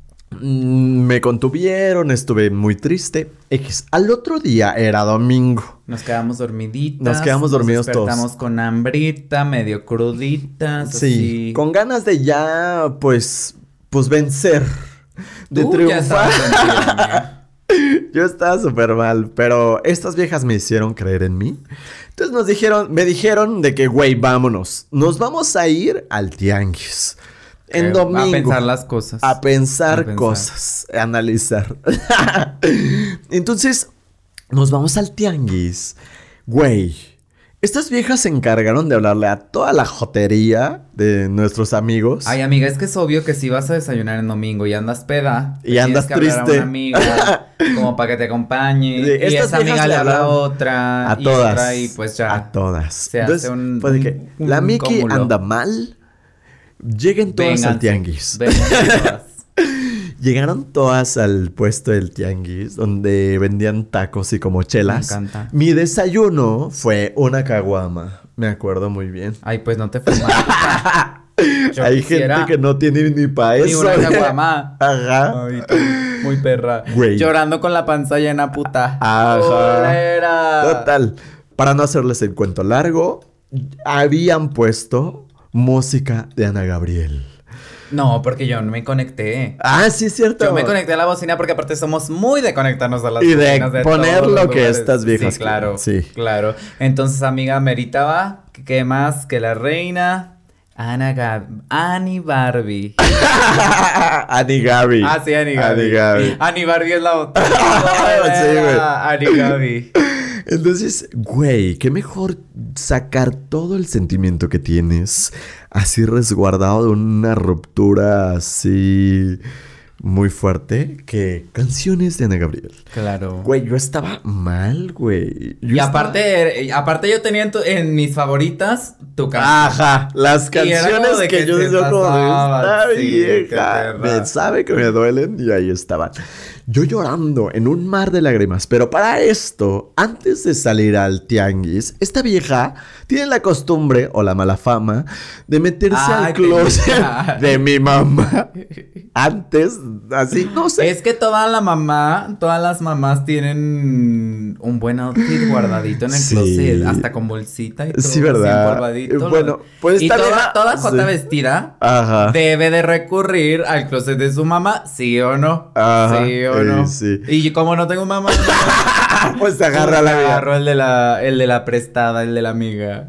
Me contuvieron, estuve muy triste. X. Al otro día era domingo. Nos quedamos dormiditas. Nos quedamos dormidos todos. Nos despertamos con hambrita, medio cruditas. Sí, así. con ganas de ya, pues, pues vencer. De Tú triunfar. ya estabas sentida, amiga. Yo estaba súper mal, pero estas viejas me hicieron creer en mí. Entonces nos dijeron, me dijeron de que, güey, vámonos. Nos vamos a ir al tianguis. En Eh, domingo. A pensar las cosas. A pensar, A pensar. cosas. A analizar. Entonces, nos vamos al tianguis. Güey. Estas viejas se encargaron de hablarle a toda la jotería de nuestros amigos. Ay, amiga, es que es obvio que si vas a desayunar en domingo y andas peda. Y andas tienes que hablar triste. a una amiga como para que te acompañe. Sí, y estas esa viejas amiga le le habla a hablaron otra. a y todas. otra, y pues ya. A todas. Se Entonces, hace un, fue de un- que un la Miki cúmulo. anda mal. Lleguen todas al Vénganse, tianguis. vénganse todas. Llegaron todas al puesto del tianguis, donde vendían tacos y como chelas. Me encanta. Mi desayuno fue una caguama. Me acuerdo muy bien. Ay, pues no te fue mal. Yo Hay quisiera gente que no tiene ni para ni eso. una caguama. Ajá. Ay, tú, muy perra. Güey. Llorando con la panza llena, puta. Ajá. Culera. Total. Para no hacerles el cuento largo, habían puesto música de Ana Gabriel. No, porque yo no me conecté. Ah, sí, es cierto. Yo me conecté a la bocina porque aparte somos muy de conectarnos a las Y de bocinas poner todos los lo que lugares. estas viejas Sí, claro. quieren, sí. Claro. Entonces, amiga, meritaba que más que la reina Ana Gab Annie Barbie. Annie Gaby. Ah, sí, Annie Gaby. Annie Gaby. Annie Barbie es la otra. Sí, güey. Annie Gaby. Entonces, güey, qué mejor sacar todo el sentimiento que tienes así resguardado de una ruptura así muy fuerte que canciones de Ana Gabriel. Claro. Güey, yo estaba mal, güey. Yo Y estaba- aparte, eh, aparte yo tenía en, tu- en mis favoritas tu canción. Ajá, las Y era canciones como de que, que yo se digo como de pasaban, esta sí, qué vieja, perra. me sabe que me duelen y ahí estaban. Yo llorando en un mar de lágrimas, pero para esto, antes de salir al tianguis, esta vieja tiene la costumbre o la mala fama de meterse Ay, al closet pendeja. de mi mamá. Antes, así, no sé. Es que toda la mamá, todas las mamás tienen un buen outfit guardadito en el Sí. closet, hasta con bolsita y todo. Sí, ¿verdad? así empolvadito. Bueno, pues y esta toda, vieja- toda jota sí. vestida Ajá. debe de recurrir al closet de su mamá, ¿sí o no? Ajá, ¿Sí o eh, no? sí. Y como no tengo mamá, Pues se agarra la vida. agarro el de la, el de la prestada, el de la amiga.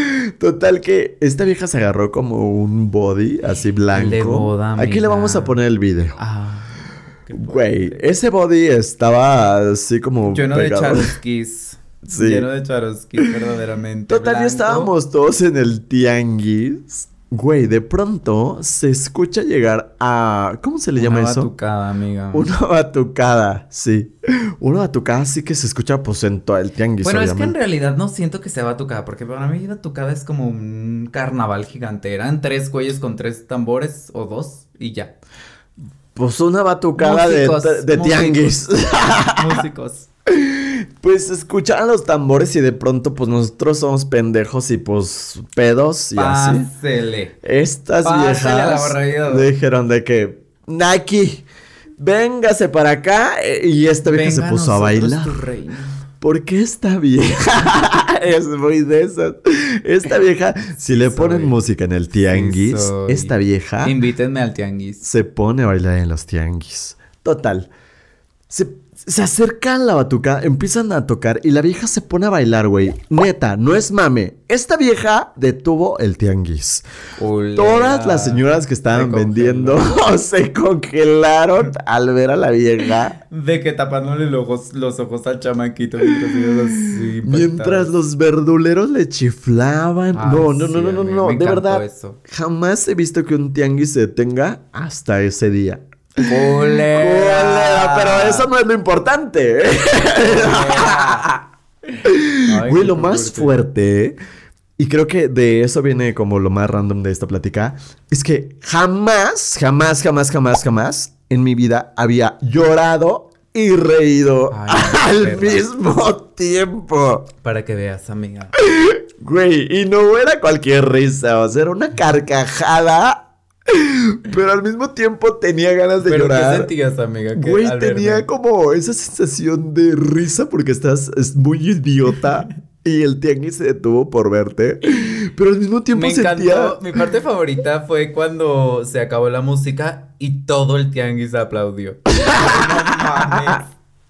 Total que esta vieja se agarró como un body así blanco. De boda, Aquí le amiga. vamos a poner el video. Ah. qué Güey, fuerte. ese body estaba así como Lleno de pegado. charoskis. Sí. Lleno de charoskis, verdaderamente. Total, ya blanco. estábamos todos en el tianguis. Güey, de pronto se escucha llegar a... ¿Cómo se le llama Una eso? batucada, amiga. Una batucada, sí. Una batucada sí que se escucha pues en todo el tianguis, Bueno, es que en obviamente. realidad no siento que sea batucada, porque para mí batucada es como un carnaval gigante. Eran tres güeyes con tres tambores o dos y ya. Pues una batucada de, Músicos, de músicos. tianguis. Músicos. Pues escuchaban los tambores y de pronto pues nosotros somos pendejos y pues pedos y así. Pásele. Estas Pásale a la viejas barrida. dijeron de que Naki, véngase para acá eh, y esta vieja se Venga puso a nosotros, bailar. tu reina. Porque esta vieja es muy de esas. Esta vieja, si le ponen soy. música en el tianguis, Sí soy. esta vieja Invítenme al tianguis. se pone a bailar en los tianguis. Total. Se, Se acercan la batuca, empiezan a tocar y la vieja se pone a bailar, güey. Neta, no es mame. Esta vieja detuvo el tianguis. Ulera. Todas las señoras que estaban Se vendiendo se congelaron al ver a la vieja. De que tapándole los ojos, los ojos al chamaquito mientras ellos así Mientras los verduleros le chiflaban. Ay, no, no, sí, no, no, no, amiga, no. me De encantó verdad, eso. jamás he visto que un tianguis se detenga hasta ese día. Culera. Culera, pero eso no es lo importante. Ay, Güey, qué lo más fuerte, y creo que de eso viene como lo más random de esta plática, es que jamás, jamás, jamás, jamás, jamás en mi vida había llorado y reído Ay, al perra. mismo tiempo. Para que veas, amiga. Güey, y no era cualquier risa, o sea, era una carcajada. Pero al mismo tiempo tenía ganas de ¿Pero llorar. qué sentías, amiga? ¿Qué- Güey, al tenía verme? como esa sensación de risa porque estás es muy idiota y el tianguis se detuvo por verte. Pero al mismo tiempo Me sentía. encantó. Mi parte favorita fue cuando se acabó la música y todo el tianguis aplaudió. No mames.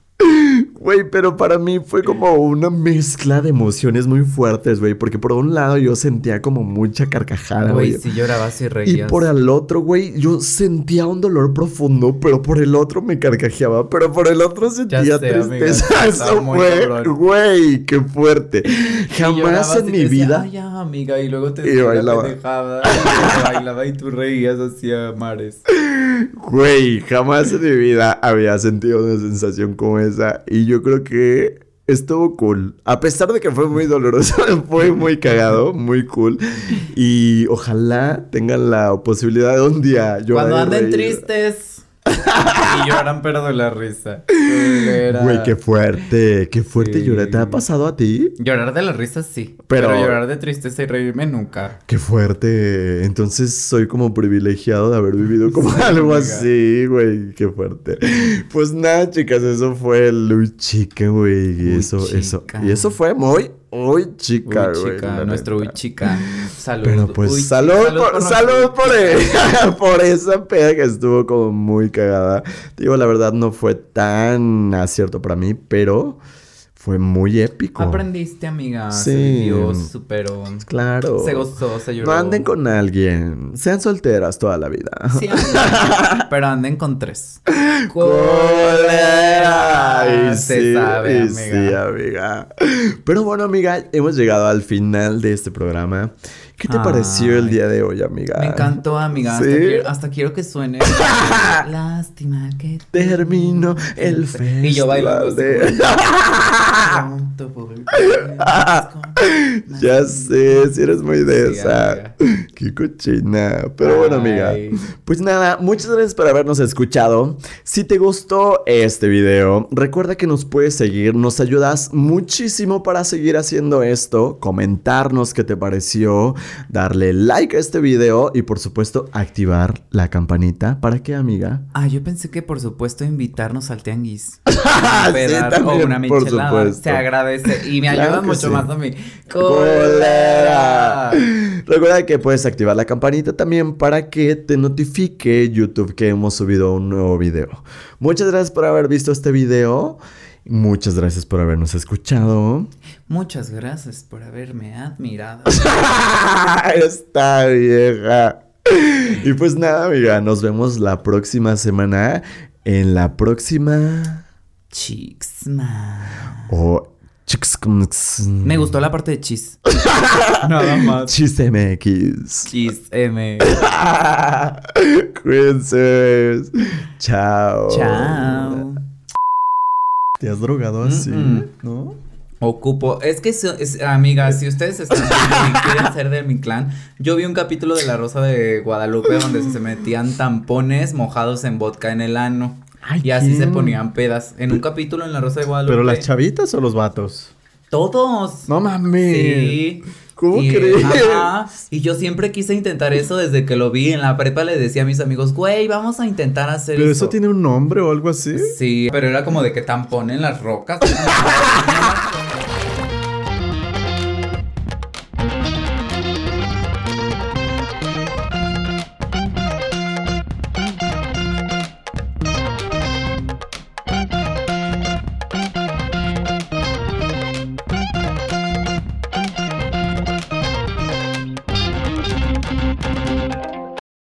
Güey, pero para mí fue como una mezcla de emociones muy fuertes, güey. Porque por un lado yo sentía como mucha carcajada, Güey, güey. si llorabas y Y reías. por el otro, güey, yo sentía un dolor profundo, pero por el otro me carcajeaba, pero por el otro sentía Ya sé, amiga, tristeza. está Eso muy fue, cabrón. güey, qué fuerte. Y Jamás llorabas en y mi te decía, vida. Ay, ya, amiga. Y luego te Y decía la bailaba. pendejada. Y bailaba y tú reías hacia mares. Güey, jamás en mi vida había sentido una sensación como esa. Y yo creo que estuvo cool. A pesar de que fue muy doloroso, fue muy cagado, muy cool. Y ojalá tengan la posibilidad de un día llorar Cuando y anden reír. tristes y lloran, pero de la risa. Culera. Güey, qué fuerte, qué fuerte Sí. llorar. ¿Te ha pasado a ti? Llorar de la risa sí. Pero- Pero... llorar de tristeza y reírme nunca. Qué fuerte. Entonces soy como privilegiado de haber vivido como Sí, algo amiga. así, güey. Qué fuerte. Pues nada, chicas, eso fue el Uy Chica, güey. Y Uy, eso, eso. chica. Y eso fue muy Uy Chica, Uy, güey. chica, la nuestro neta. uy, chica. Salud. Pero pues Uy, salud, salud por, por salud nuestro por, uy, e- por esa peda que estuvo como muy cagada. Digo, la verdad no fue tan acierto para mí, pero fue muy épico. Aprendiste, amiga. Sí. Se vivió, se superó. Claro. Se gozó, se lloró. No anden con alguien. Sean solteras toda la vida. Sí, anden, pero anden con tres. ¡Colera! Y Se sí, sabe, y amiga. sí, amiga. Pero bueno, amiga, hemos llegado al final de este programa. ¿Qué te Ay. pareció el día de hoy, amiga? Me encantó, amiga. Hasta, ¿Sí? quiero, hasta quiero que suene. Lástima que Termino el festival Y yo bailando así de- como, pronto volverás con- Ya sé, si eres muy de Sí, esa. amiga. Qué cochina. Pero bueno, amiga. Ay. Pues nada, muchas gracias por habernos escuchado. Si te gustó este video, recuerda que nos puedes seguir. Nos ayudas muchísimo para seguir haciendo esto. Comentarnos qué te pareció. Darle like a este video. Y por supuesto, activar la campanita. ¿Para qué, amiga? Ah, yo pensé que por supuesto invitarnos al tianguis. Sí, Pedar también, o una por michelada. supuesto. Se agradece. Y me Claro ayuda que mucho sí. más a mí. ¡Colera! Recuerda que puedes activar la campanita también para que te notifique YouTube que hemos subido un nuevo video. Muchas gracias por haber visto este video. Muchas gracias por habernos escuchado. Muchas gracias por haberme admirado. Esta vieja. Y pues nada, amiga, nos vemos la próxima semana en la próxima... Chixma. O... Me gustó la parte de chis. Nada más. Chis M X. Chis M. Cuídense. Chao. Chao. ¿Te has drogado así? Mm-mm. ¿No? Ocupo, es que, so- es, amiga, si ustedes están y quieren ser de mi clan, yo vi un capítulo de La Rosa de Guadalupe donde se metían tampones mojados en vodka en el ano. Ay, Y así ¿quién? se ponían pedas. En un capítulo en La Rosa de Guadalupe. ¿Pero las chavitas o los vatos? Todos. No mames. Sí. ¿Cómo Y, crees? ajá, y yo siempre quise intentar eso desde que lo vi en la prepa. Le decía a mis amigos, güey, vamos a intentar hacer ¿Pero eso. eso tiene un nombre o algo así? Sí, pero era como de que tamponen las rocas.